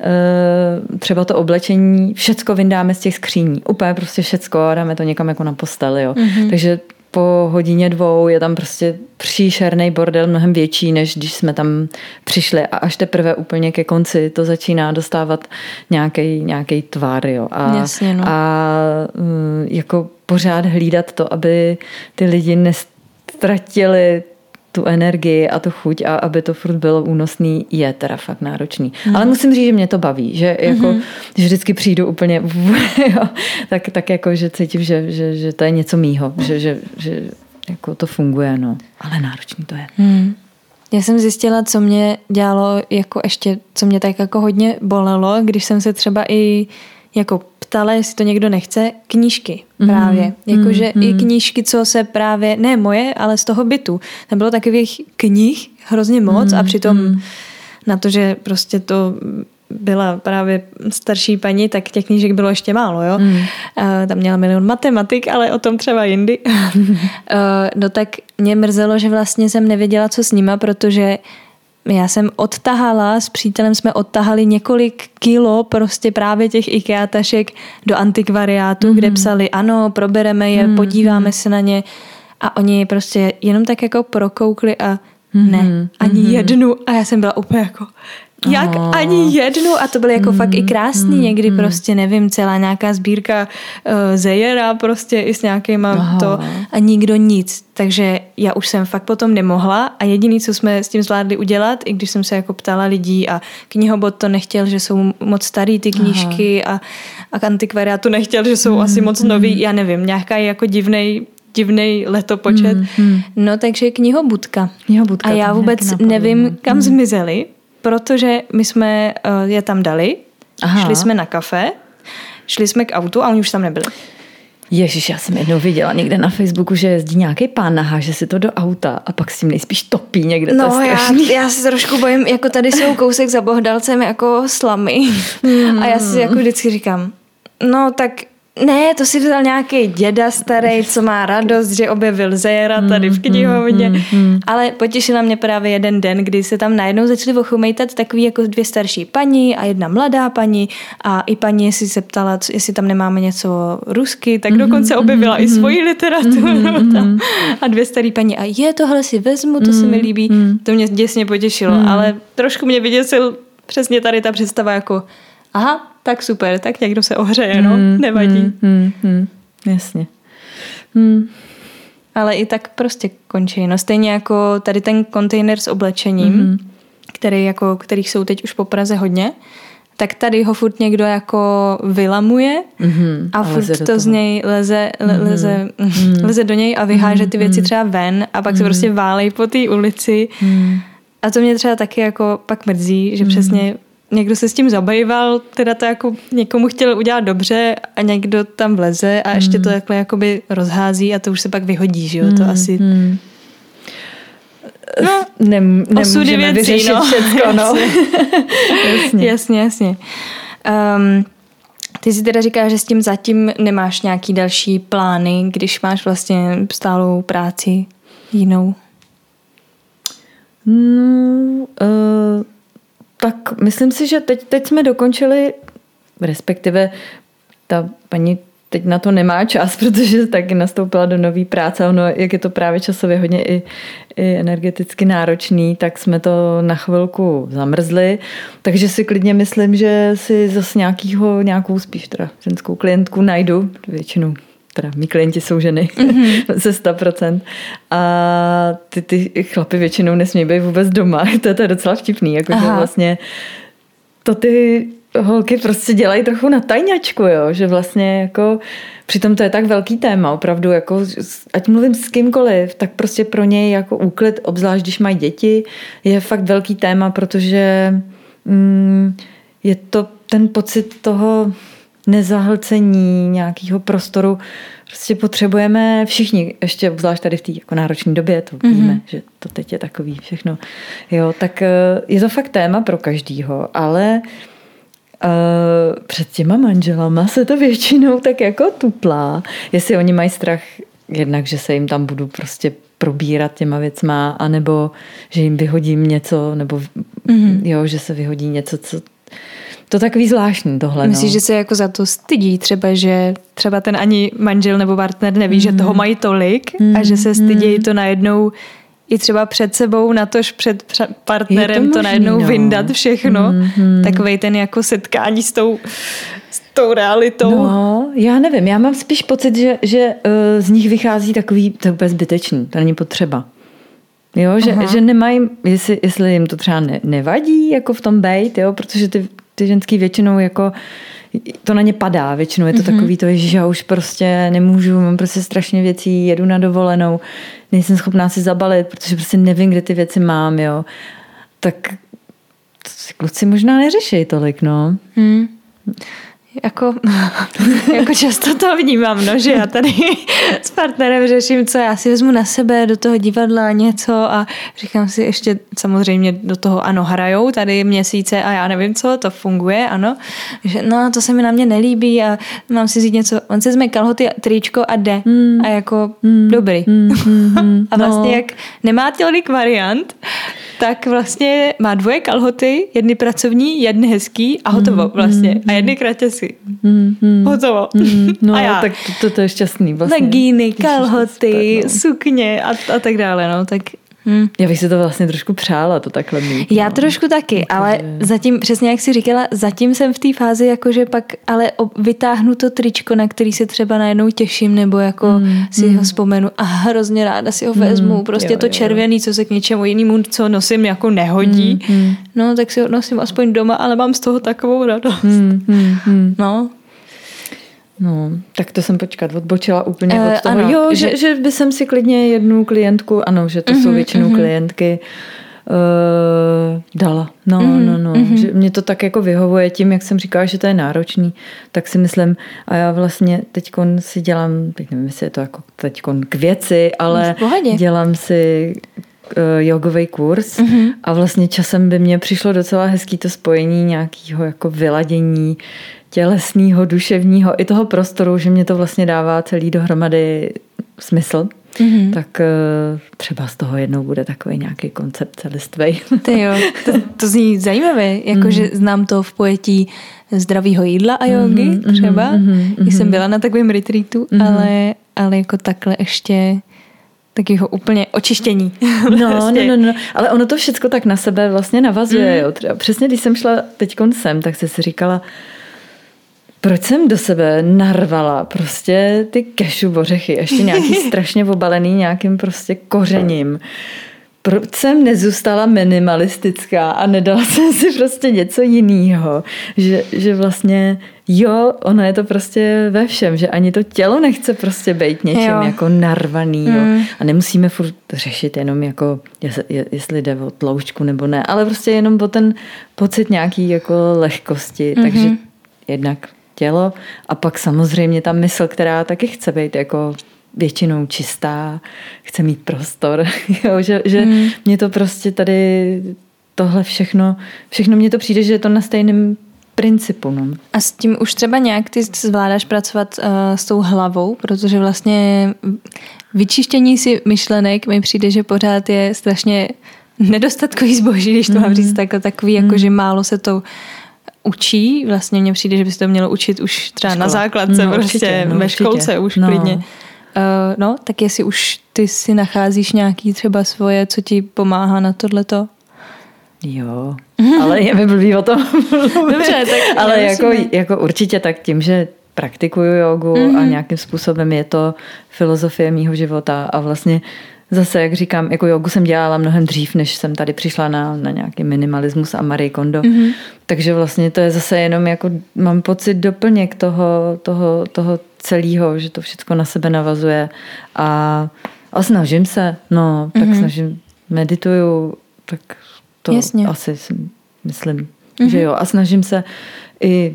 třeba to oblečení, všecko vyndáme z těch skříní. Úplně prostě všecko a dáme to někam jako na postel. Jo. Mm-hmm. Takže po hodině dvou je tam prostě příšerný bordel mnohem větší, než když jsme tam přišli a až teprve úplně ke konci to začíná dostávat nějaký nějaký tvar. Jo. A, Jasně, no. a jako pořád hlídat to, aby ty lidi nestratili tu energii a tu chuť a aby to furt bylo únosný, je teda fakt náročný. Mm. Ale musím říct, že mě to baví, že jako, mm-hmm. že vždycky přijdu úplně jo, tak, tak jako, že cítím, že, že, že to je něco mýho, že, že, že jako to funguje, no. Ale náročný to je. Mm. Já jsem zjistila, co mě dělalo, jako ještě, co mě tak jako hodně bolelo, když jsem se třeba i jako ptala, jestli to někdo nechce, knížky právě. Mm, Jakože mm, i knížky, co se právě, ne moje, ale z toho bytu. Tam bylo takových knih hrozně moc mm, a přitom mm. na to, že prostě to byla právě starší paní, tak těch knížek bylo ještě málo, jo. Mm. A tam měla milion matematik, ale o tom třeba jindy. No tak mě mrzelo, že vlastně jsem nevěděla, co s nima, protože já jsem odtahala, s přítelem jsme odtahali několik kilo prostě právě těch IKEA tašek do antikvariátu, mm-hmm. kde psali ano, probereme je, mm-hmm. podíváme se na ně a oni prostě jenom tak jako prokoukli a mm-hmm. ne, ani mm-hmm. jednu a já jsem byla úplně jako jak oh. ani jednu a to byly jako mm, fakt i krásný, mm, někdy mm. prostě nevím, celá nějaká sbírka uh, Zejera prostě i s nějakýma oh. to a nikdo nic, takže já už jsem fakt potom nemohla a jediný, co jsme s tím zvládli udělat, i když jsem se jako ptala lidí a knihobot to nechtěl, že jsou moc starý ty knížky a, a antikvariát to nechtěl, že jsou mm, asi moc mm. nový, já nevím, nějaká jako divnej divnej letopočet. Mm, mm. No takže knihobudka. knihobudka a já vůbec nevím, kam mm. zmizeli, protože my jsme uh, je tam dali, Aha. šli jsme na kafe, šli jsme k autu a oni už tam nebyli. Ježiš, já jsem jednou viděla někde na Facebooku, že jezdí nějaký pán, naháže si to do auta a pak s tím nejspíš topí někde. No to je já, já si trošku bojím, jako tady jsou kousek za Bohdalcem jako slamy mm. a já si jako vždycky říkám, no tak ne, to si vzal nějaký děda starý, co má radost, že objevil Zejera tady v knihovně. Mm, mm, mm. Ale potěšila mě právě jeden den, kdy se tam najednou začaly ochumejtat takový jako dvě starší paní a jedna mladá paní a i paní, jestli se ptala, jestli tam nemáme něco rusky, tak mm, dokonce objevila mm, i svoji literaturu mm, tam. A dvě starý paní a je, tohle si vezmu, to mm, se mi líbí. Mm. To mě děsně potěšilo, mm. ale trošku mě vyděsil přesně tady ta představa jako aha, tak super, tak někdo se ohřeje, no, mm, nevadí. Mm, mm, mm, jasně. Mm. Ale i tak prostě končí, no stejně jako tady ten kontejner s oblečením, mm. který jako, kterých jsou teď už po Praze hodně, tak tady ho furt někdo jako vylamuje mm-hmm, a furt to z něj leze, le, leze, mm-hmm. leze do něj a vyháže ty věci třeba ven a pak mm-hmm. se prostě válej po té ulici. Mm-hmm. A to mě třeba taky jako pak mrzí, že mm-hmm. přesně někdo se s tím zabýval, teda to jako někomu chtěl udělat dobře a někdo tam vleze a ještě to takhle jakoby rozhází a to už se pak vyhodí, že jo, to asi... No, Nem, nemůžeme věcí, vyřešit no. všecko, no. jasně, jasně. jasně. Um, ty si teda říkáš, že s tím zatím nemáš nějaký další plány, když máš vlastně stálou práci jinou? No, uh, tak myslím si, že teď, teď jsme dokončili, respektive ta paní teď na to nemá čas, protože taky nastoupila do nový práce. Ono, jak je to právě časově hodně i, i energeticky náročný, tak jsme to na chvilku zamrzli. Takže si klidně myslím, že si zase nějakýho, nějakou spíš teda ženskou klientku najdu. Většinou teda mý klienti jsou ženy mm-hmm. ze sto procent. A ty, ty chlapy většinou nesmí být vůbec doma. To je, to je docela vtipný. Jakože vlastně to ty holky prostě dělají trochu na tajňačku, jo? Že vlastně jako přitom to je tak velký téma, opravdu jako, ať mluvím s kýmkoliv, tak prostě pro něj jako úklid, obzvlášť když mají děti, je fakt velký téma, protože mm, je to ten pocit toho nezahlcení nějakého prostoru, prostě potřebujeme všichni, ještě obzvlášť tady v té jako náročné době, to mm-hmm. víme, že to teď je takový všechno. Jo, tak je to fakt téma pro každýho, ale Uh, před těma manželama se to většinou tak jako tuplá. Jestli oni mají strach jednak, že se jim tam budu prostě probírat těma věcma, anebo že jim vyhodím něco, nebo mm-hmm. jo, že se vyhodí něco, co... To takový zvláštní tohle. Myslíš, no. že se jako za to stydí třeba, že třeba ten ani manžel nebo partner neví, mm-hmm. že toho mají tolik mm-hmm. a že se stydí to najednou i třeba před sebou, natož před partnerem to, možný, to najednou no. vyndat všechno. Mm-hmm. Takovej ten jako setkání s tou, s tou realitou. No, já nevím, já mám spíš pocit, že, že uh, z nich vychází takový, to je úplně zbytečný, to není potřeba. Jo, že, že nemají, jestli, jestli jim to třeba ne, nevadí, jako v tom bejt, jo, protože ty, ty ženský většinou jako to na ně padá, většinou je to mm-hmm. takový to, že já už prostě nemůžu, mám prostě strašně věcí, jedu na dovolenou, nejsem schopná si zabalit, protože prostě nevím, kde ty věci mám, jo. Tak to si kluci možná neřeší tolik, no. Hmm. Jako, jako často to vnímám, no, že já tady s partnerem řeším, co já si vezmu na sebe do toho divadla něco a říkám si ještě samozřejmě do toho, ano, hrajou tady měsíce a já nevím co, to funguje, ano, že no, to se mi na mě nelíbí a mám si říct něco, on si vezme kalhoty, tričko a jde mm. a jako mm. dobrý. Mm. a vlastně no. jak nemá tolik variant, tak vlastně má dvoje kalhoty, jedny pracovní, jedny hezký a hotovo vlastně. A jedny kratěsy. Mm, mm, hotovo. Mm, no, a já. tak to, to je šťastný vlastně. Legíny, kalhoty, no. sukně a, a tak dále, no, tak... Hmm. Já bych si to vlastně trošku přála, to takhle mít. Já no. trošku taky, tak, ale že... zatím, přesně jak jsi říkala, zatím jsem v té fázi, jakože pak ale vytáhnu to tričko, na který se třeba najednou těším, nebo jako mm, si mm. ho vzpomenu a hrozně ráda si ho vezmu. Mm, prostě jo, to červený, jo. co se k něčemu jinému, co nosím, jako nehodí. Mm, mm. No, tak si ho nosím aspoň doma, ale mám z toho takovou radost. Mm, mm, mm. No. No, tak to jsem počkat, odbočila úplně uh, od toho. Ano, jo, že, že by jsem si klidně jednu klientku, ano, že to uh-huh, jsou většinou uh-huh. klientky, uh, dala. No, uh-huh, no, no. Uh-huh. Že mě to tak jako vyhovuje tím, jak jsem říkala, že to je náročný, tak si myslím, a já vlastně teďkon si dělám, teď nevím, jestli je to jako teďkon k věci, ale dělám si jogový kurz uh-huh. a vlastně časem by mě přišlo docela hezký to spojení nějakého jako vyladění tělesného, duševního i toho prostoru, že mě to vlastně dává celý dohromady smysl. Mm-hmm. Tak třeba z toho jednou bude takový nějaký koncept celistvej. Ty jo, to, to zní zajímavé, jakože mm-hmm. znám to v pojetí zdravýho jídla a jogy mm-hmm, třeba, mm-hmm, když jsem byla na takovém retreatu, mm-hmm. ale, ale jako takhle ještě takového úplně očištění. No, vlastně. no, no, no, ale ono to všecko tak na sebe vlastně navazuje. Mm. Jo. Třeba přesně když jsem šla teďkon sem, tak jsem si říkala, proč jsem do sebe narvala prostě ty kešu ořechy, ještě nějaký strašně obalený nějakým prostě kořením. proč jsem nezůstala minimalistická a nedala jsem si prostě něco jiného, že, že vlastně jo, ono je to prostě ve všem, že ani to tělo nechce prostě být něčím jo. jako narvaný jo. Mm. A nemusíme furt řešit jenom jako, jestli jde o tloušťku nebo ne, ale prostě jenom o ten pocit nějaký jako lehkosti, mm-hmm. takže jednak tělo a pak samozřejmě ta mysl, která taky chce být jako většinou čistá, chce mít prostor, jo, že, že mm. mě to prostě tady tohle všechno, všechno mně to přijde, že je to na stejném principu. No. A s tím už třeba nějak ty zvládáš pracovat uh, s tou hlavou, protože vlastně vyčištění si myšlenek mi přijde, že pořád je strašně nedostatkový zboží, když to mm. mám říct takhle, takový, jako mm. že málo se to učí. Vlastně mně přijde, že by se to mělo učit už třeba Škola. na základce, no, prostě určitě, no, ve školce určitě. už no. klidně. Uh, no, tak jestli už ty si nacházíš nějaký třeba svoje, co ti pomáhá na tohleto? Jo, ale je mi blbý o tom. Dobře, tak ale jako, jako určitě tak tím, že praktikuju jogu mm-hmm. a nějakým způsobem je to filozofie mýho života a vlastně zase, jak říkám, jako jogu jsem dělala mnohem dřív, než jsem tady přišla na, na nějaký minimalismus a Marie Kondo. Mm-hmm. Takže vlastně to je zase jenom jako, mám pocit doplněk toho, toho, toho celého, že to všechno na sebe navazuje a, a snažím se, no, tak mm-hmm. snažím, medituju, tak to Jasně. asi si myslím, mm-hmm. že jo. A snažím se i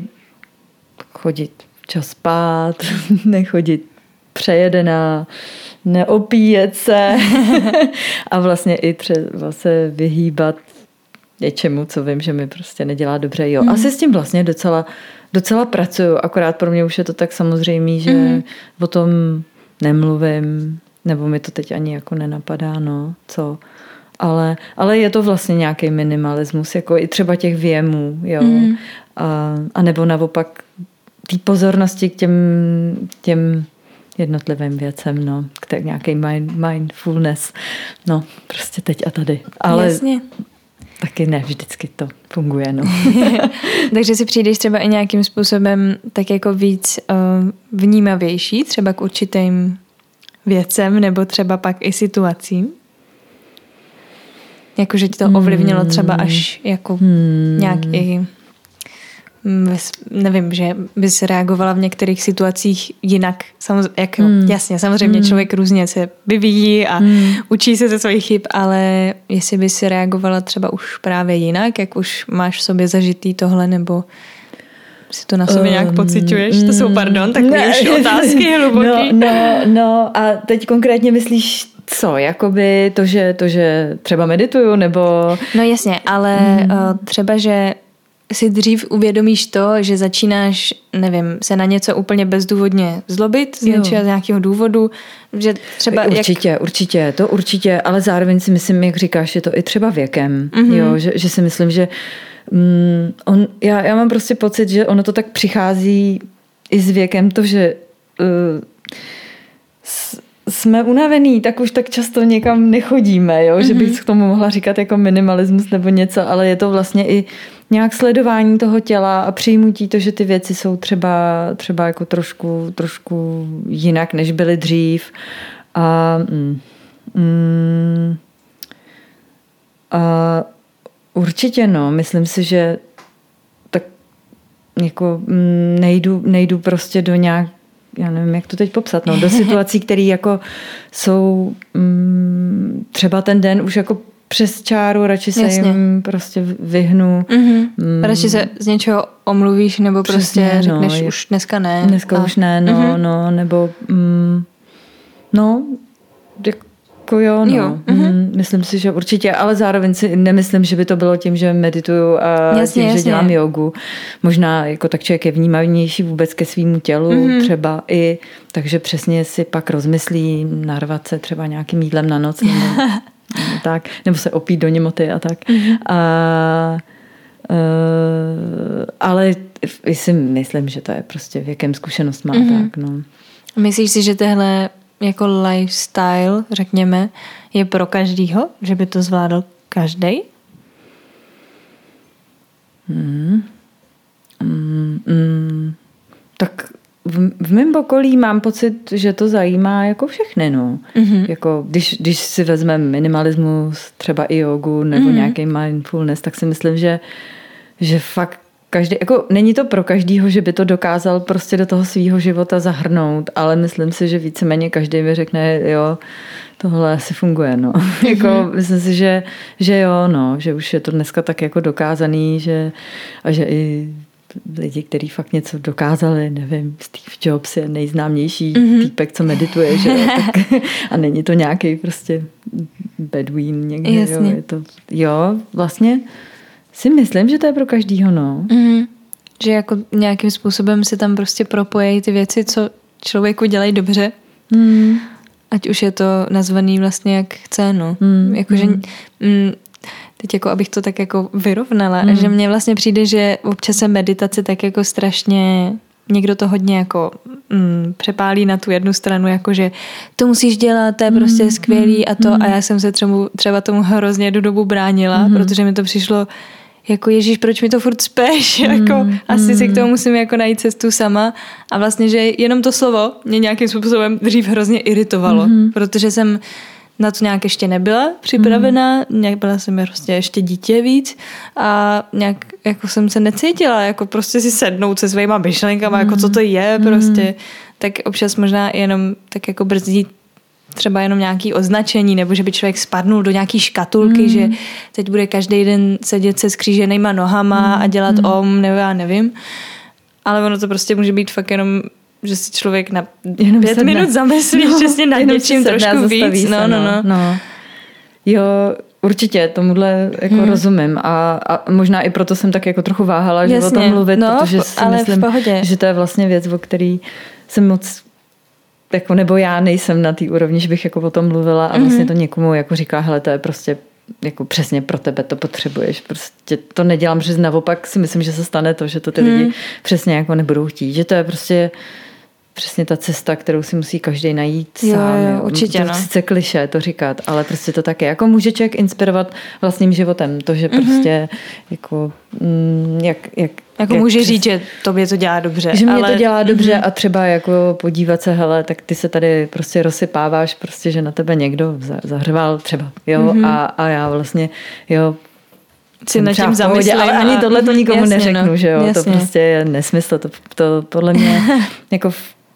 chodit včas spát, nechodit přejedená, neopíjet se a vlastně i třeba se vyhýbat něčemu, co vím, že mi prostě nedělá dobře. Jo, mm. asi s tím vlastně docela, docela pracuju, akorát pro mě už je to tak samozřejmé, že mm. o tom nemluvím, nebo mi to teď ani jako nenapadá, no, co. Ale, ale je to vlastně nějaký minimalismus, jako i třeba těch věmů, jo. Mm. A, a nebo naopak té pozornosti k těm, těm jednotlivým věcem, no, který nějaký mind, mindfulness, no, prostě teď a tady. Ale Jasně. taky ne, vždycky to funguje, no. Takže si přijdeš třeba i nějakým způsobem tak jako víc uh, vnímavější, třeba k určitým věcem, nebo třeba pak i situacím? Jakože ti to ovlivnilo třeba až jako hmm. nějak i nevím, že bys reagovala v některých situacích jinak. Samozřejmě, jak, hmm. Jasně, samozřejmě hmm. člověk různě se vyvíjí a hmm. učí se ze svých chyb, ale jestli bys reagovala třeba už právě jinak, jak už máš v sobě zažitý tohle, nebo si to na sobě um, nějak pociťuješ? To jsou, pardon, takové už otázky hluboký. No, no, no a teď konkrétně myslíš co? Jakoby to, že, to, že třeba medituju, nebo... No jasně, ale hmm. třeba, že si dřív uvědomíš to, že začínáš, nevím, se na něco úplně bezdůvodně zlobit z něčeho, z nějakého důvodu, že třeba... Určitě, jak... určitě, to určitě, ale zároveň si myslím, jak říkáš, je to i třeba věkem, mm-hmm. jo, že, že si myslím, že mm, on, já, já mám prostě pocit, že ono to tak přichází i s věkem, to, že uh, s, jsme unavený, tak už tak často někam nechodíme, jo? Mm-hmm. Že bych k tomu mohla říkat jako minimalismus nebo něco, ale je to vlastně i nějak sledování toho těla a přijmutí to, že ty věci jsou třeba, třeba jako trošku, trošku jinak, než byly dřív. A, mm, mm, a určitě no, myslím si, že tak jako nejdu, nejdu prostě do nějak já nevím, jak to teď popsat, no, do situací, které jako jsou mm, třeba ten den už jako přes čáru, radši se Jasně. jim prostě vyhnu. Mm-hmm. Mm. Radši se z něčeho omluvíš, nebo Přesně, prostě řekneš no, už dneska ne. Dneska a... už ne, no, mm-hmm. no, nebo mm, no, jako jo, no. Jo. Mm, myslím si, že určitě, ale zároveň si nemyslím, že by to bylo tím, že medituju a jasně, tím, že jasně. dělám jogu. Možná jako tak člověk je vnímavější vůbec ke svýmu tělu mm-hmm. třeba i, takže přesně si pak rozmyslí narvat se třeba nějakým jídlem na noc nebo, nebo tak, nebo se opít do němoty a tak. Mm-hmm. A, uh, ale si myslím, že to je prostě věkem zkušenost má mm-hmm. tak, no. Myslíš si, že tehle jako lifestyle, řekněme, je pro každýho? Že by to zvládl každej? Hmm. Mm, mm, tak v, v mém okolí mám pocit, že to zajímá jako všechny, no. Mm-hmm. Jako, když, když si vezmeme minimalismus, třeba i jogu nebo mm-hmm. nějaký mindfulness, tak si myslím, že, že fakt každý, jako není to pro každýho, že by to dokázal prostě do toho svýho života zahrnout, ale myslím si, že víceméně každý mi řekne, jo, tohle asi funguje, no. Mm-hmm. Jako, myslím si, že, že jo, no, že už je to dneska tak jako dokázaný, že, a že i lidi, kteří fakt něco dokázali, nevím, Steve Jobs je nejznámější mm-hmm. týpek, co medituje, že jo, tak, a není to nějaký prostě beduín někde, jo, je to, jo, vlastně si myslím, že to je pro každýho, no. Mm-hmm. Že jako nějakým způsobem si tam prostě propojí ty věci, co člověku dělají dobře. Mm. Ať už je to nazvaný vlastně jak chce, no. Mm. Jakože mm, teď jako abych to tak jako vyrovnala, mm. že mně vlastně přijde, že občas se meditace tak jako strašně někdo to hodně jako mm, přepálí na tu jednu stranu, jakože to musíš dělat, to je prostě skvělý a to mm. a já jsem se třeba, třeba tomu hrozně jednu dobu bránila, mm. protože mi to přišlo jako Ježíš, proč mi to furt speš? Mm, jako, mm. asi si k tomu musím jako najít cestu sama. A vlastně, že jenom to slovo mě nějakým způsobem dřív hrozně iritovalo, mm. protože jsem na to nějak ještě nebyla připravená, mm. nějak byla jsem prostě ještě dítě víc a nějak jako jsem se necítila, jako prostě si sednout se svýma myšlenkama, mm. jako co to je prostě. Mm. Tak občas možná jenom tak jako brzdí třeba jenom nějaké označení, nebo že by člověk spadnul do nějaký škatulky, mm. že teď bude každý den sedět se skříženýma nohama mm. a dělat mm. om, nebo já nevím. Ale ono to prostě může být fakt jenom, že si člověk na jenom pět sedne. minut zamyslí no, přesně nad něčím trošku víc. Se, no, no, no. no. Jo, určitě, tomuhle jako hmm. rozumím a, a možná i proto jsem tak jako trochu váhala, že Jasně. o tom mluvit, no, protože si ale myslím, že to je vlastně věc, o který jsem moc jako, nebo já nejsem na té úrovni, že bych jako o tom mluvila a vlastně to někomu jako říká, hele, to je prostě jako přesně pro tebe to potřebuješ. Prostě to nedělám, že naopak si myslím, že se stane to, že to ty hmm. lidi přesně jako nebudou chtít. Že to je prostě přesně ta cesta, kterou si musí každý najít jo, sám. Jo, určitě, to no. sice klišé to říkat, ale prostě to tak je. Jako může člověk inspirovat vlastním životem. To, že prostě mm-hmm. jako mm, jak, jak Jako jak může přes... říct, že tobě to dělá dobře. Že mě ale... to dělá dobře mm-hmm. a třeba jako podívat se, hele, tak ty se tady prostě rozsypáváš, prostě, že na tebe někdo zahřval třeba, jo, mm-hmm. a, a já vlastně, jo, si nad tím zamyslím. Ale ani tohle to nikomu jasně, neřeknu, no, že jo, jasně. to prostě je nesmysl, to, to podle mě jako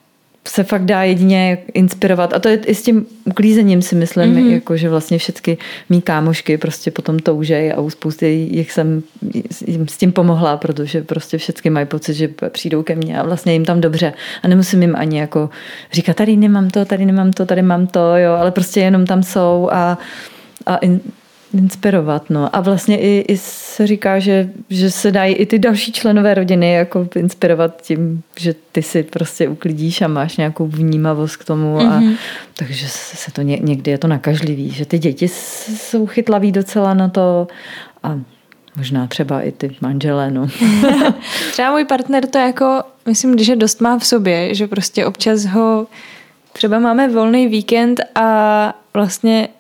se fakt dá jedině inspirovat. A to je i s tím uklízením si myslím, mm-hmm. jako, že vlastně všechny mý kámošky prostě potom toužej a u spousty jich jsem jim s tím pomohla, protože prostě všechny mají pocit, že přijdou ke mně a vlastně jim tam dobře. A nemusím jim ani jako říkat, tady nemám to, tady nemám to, tady mám to, jo, ale prostě jenom tam jsou a, a in, inspirovat, no. A vlastně i, i se říká, že, že se dají i ty další členové rodiny jako inspirovat tím, že ty si prostě uklidíš a máš nějakou vnímavost k tomu mm-hmm. a takže se to ně, někdy je to nakažlivý, že ty děti jsou chytlaví docela na to a možná třeba i ty manželé, no. Třeba můj partner to jako, myslím, že dost má v sobě, že prostě občas ho třeba máme volný víkend a vlastně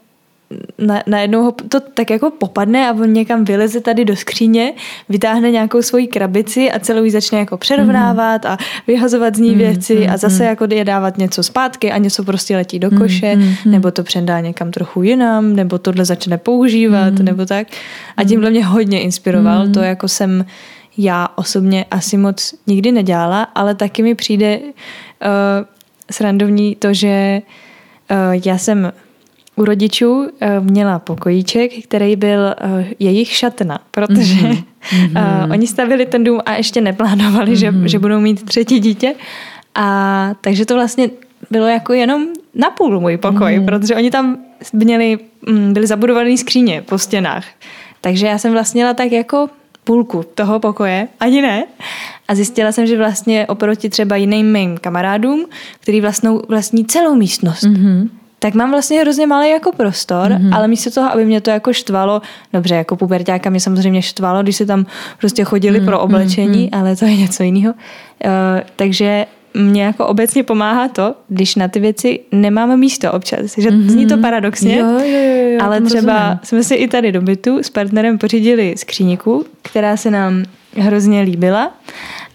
Na, najednou ho to tak jako popadne a on někam vyleze tady do skříně, vytáhne nějakou svoji krabici a celou ji začne jako přerovnávat a vyhazovat z ní věci a zase jako je dávat něco zpátky a něco prostě letí do koše, nebo to předá někam trochu jinam, nebo tohle začne používat, nebo tak. A tímhle mě hodně inspiroval, to jako jsem já osobně asi moc nikdy nedělala, ale taky mi přijde uh, srandovní to, že uh, já jsem u rodičů měla pokojíček, který byl jejich šatna, protože mm-hmm. oni stavili ten dům a ještě neplánovali, mm-hmm. že, že budou mít třetí dítě. A takže to vlastně bylo jako jenom na půl můj pokoj, mm-hmm. protože oni tam měli, byli zabudovaný skříně po stěnách. Takže já jsem vlastně měla tak jako půlku toho pokoje, ani ne. A zjistila jsem, že vlastně oproti třeba jiným mým kamarádům, který vlastnou, vlastní celou místnost, mm-hmm. tak mám vlastně hrozně malý jako prostor, mm-hmm. ale místo toho, aby mě to jako štvalo, dobře, jako puberťáka mě samozřejmě štvalo, když se tam prostě chodili mm-hmm. pro oblečení, ale to je něco jiného. Uh, takže mě jako obecně pomáhá to, když na ty věci nemáme místo občas. Že mm-hmm. zní to paradoxně, jo, jo, jo, ale třeba rozumím. Jsme si i tady do bytu s partnerem pořídili skříňku, která se nám hrozně líbila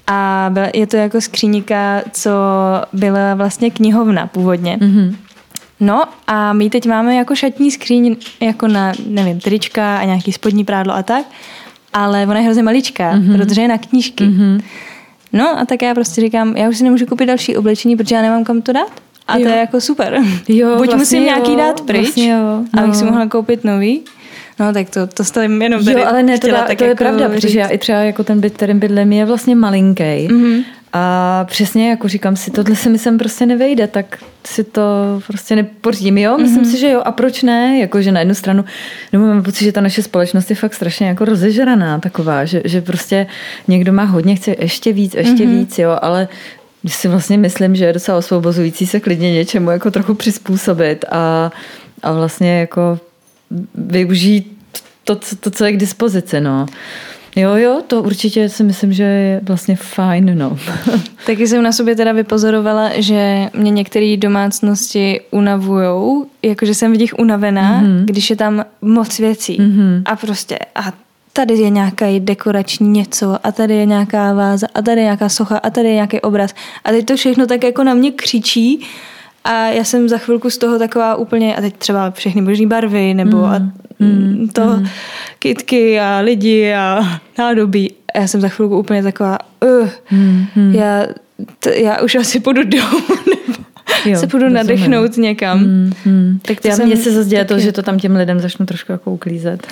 A byla, je to jako skříníka, co byla vlastně knihovna původně. Mm-hmm. No a my teď máme jako šatní skříň jako na, nevím, trička a nějaký spodní prádlo a tak, ale ona je hrozně maličká, mm-hmm. protože je na knížky. Mm-hmm. No a tak já prostě říkám, já už si nemůžu koupit další oblečení, protože já nemám kam to dát. A jo. To je jako super. Jo, Buď vlastně musím jo, nějaký dát pryč, vlastně jo, no. abych si mohla koupit nový. No tak to, to stavím jenom tady. Jo, ale ne, to, dá, tak to jako je pravda, říct. Protože já i třeba jako ten byt, kterým bydlím, je vlastně malinký. Mm-hmm. A přesně jako říkám si, tohle se mi sem prostě nevejde, tak si to prostě nepořídím, jo? Myslím mm-hmm. si, že jo, a proč ne? Jakože na jednu stranu, nebo mám pocit, že ta naše společnost je fakt strašně jako rozežraná taková, že, že prostě někdo má hodně, chce ještě víc, ještě mm-hmm. víc, jo, ale si vlastně myslím, že je docela osvobozující se klidně něčemu jako trochu přizpůsobit a, a vlastně jako využít to, to, co je k dispozici, no. Jo, jo, to určitě si myslím, že je vlastně fajn, no. Taky jsem na sobě teda vypozorovala, že mě některé domácnosti unavujou, jakože jsem v nich unavená, mm-hmm. když je tam moc věcí. Mm-hmm. A prostě, a tady je nějaký dekorační něco, a tady je nějaká váza, a tady je nějaká socha, a tady je nějaký obraz. A teď to všechno tak jako na mě křičí a já jsem za chvilku z toho taková úplně, a teď třeba všechny možný barvy, nebo mm. a to mm. kytky a lidi a nádobí. A já jsem za chvilku úplně taková, uh, mm. já, t, já už asi půjdu domů, nebo jo, se půjdu rozumím. nadechnout někam. Mm. Mm. Tak to já jsem, mně se zase děje to, že to tam těm lidem začnu trošku jako uklízet.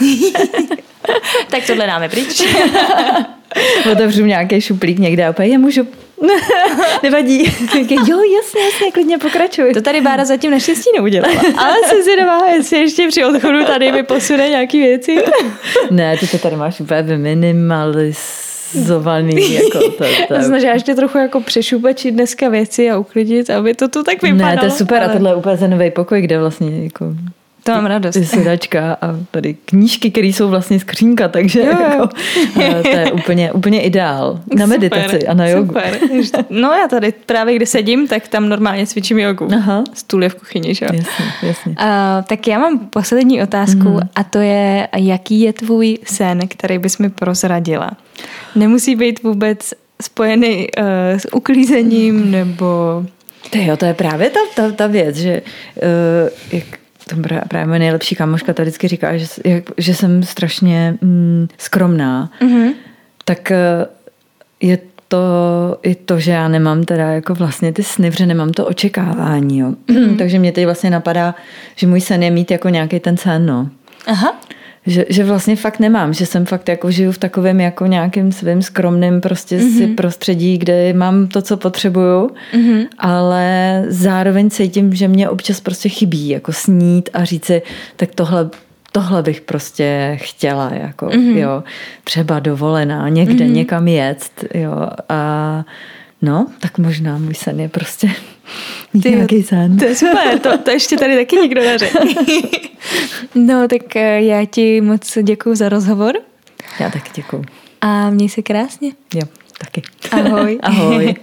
Tak tohle dáme pryč. Otevřu nějaký šuplík někde a opět, já můžu. Nevadí. Jo, jasně, jasně, klidně pokračuj. To tady Bára zatím naštěstí neudělala. Ale jsem si doma, jestli ještě při odchodu tady mi posune nějaký věci. Ne, ty to tady máš úplně vyminimalizovaný. Jako to, to. Já snažím ještě trochu jako přešupačit dneska věci a uklidit, aby to tu tak vypadalo. Ne, to je super ale... a tohle je úplně ten nový pokoj, kde vlastně jako... To mám radost. Ty sedačka a tady knížky, které jsou vlastně skřínka, takže jo, jako, to je úplně, úplně ideál. Na super, meditaci a na jogu. Super. No já tady právě, kde sedím, tak tam normálně cvičím jogu. Aha. Stůl je v kuchyni, že jo? Jasně, jasně. Uh, tak já mám poslední otázku mm. a to je, jaký je tvůj sen, který bys mi prozradila? Nemusí být vůbec spojený uh, s uklízením nebo... To jo, to je právě ta, ta, ta věc, že uh, jak to právě moje nejlepší kamoška ta vždycky říká, že, že jsem strašně mm, skromná. Mm-hmm. Tak je to i to, že já nemám teda jako vlastně ty sny, protože nemám to očekávání. Jo. Mm-hmm. Takže mě teď vlastně napadá, že můj sen je mít jako nějaký ten sen. No. Aha. Že, že vlastně fakt nemám, že jsem fakt jako žiju v takovém jako nějakým svým skromným prostě mm-hmm. si prostředí, kde mám to, co potřebuju, mm-hmm. ale zároveň cítím, že mě občas prostě chybí jako snít a říci, tak tohle, tohle bych prostě chtěla, jako, mm-hmm. jo, třeba dovolená, někde, mm-hmm. někam jet, jo, a no, tak možná můj sen je prostě mít Ty, nějaký sen. To je super, to, to ještě tady taky nikdo neřekl. No, tak já ti moc děkuju za rozhovor. Já taky děkuju. A měj se krásně. Jo, taky. Ahoj. Ahoj.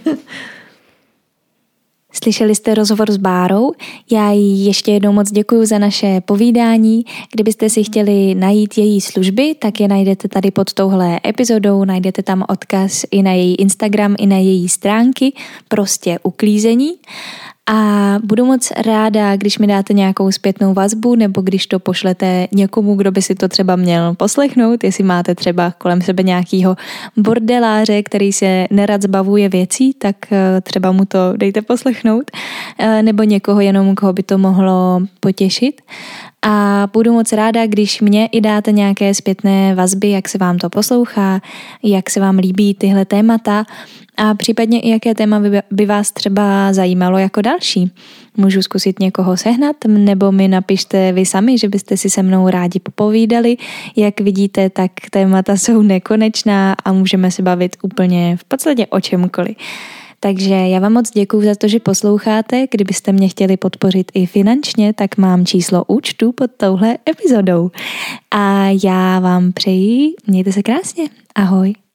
Slyšeli jste rozhovor s Bárou. Já jí ještě jednou moc děkuju za naše povídání. Kdybyste si chtěli najít její služby, tak je najdete tady pod touhle epizodou. Najdete tam odkaz i na její Instagram, i na její stránky. Prostě uklízení. A budu moc ráda, když mi dáte nějakou zpětnou vazbu, nebo když to pošlete někomu, kdo by si to třeba měl poslechnout, jestli máte třeba kolem sebe nějakýho bordeláře, který se nerad zbavuje věcí, tak třeba mu to dejte poslechnout, nebo někoho jenom, koho by to mohlo potěšit. A budu moc ráda, když mě i dáte nějaké zpětné vazby, jak se vám to poslouchá, jak se vám líbí tyhle témata a případně i jaké téma by, by vás třeba zajímalo jako další. Můžu zkusit někoho sehnat, nebo mi napište vy sami, že byste si se mnou rádi popovídali. Jak vidíte, tak témata jsou nekonečná a můžeme se bavit úplně v podstatě o čemkoliv. Takže já vám moc děkuju za to, že posloucháte. Kdybyste mě chtěli podpořit i finančně, tak mám číslo účtu pod touhle epizodou. A já vám přeji, mějte se krásně. Ahoj.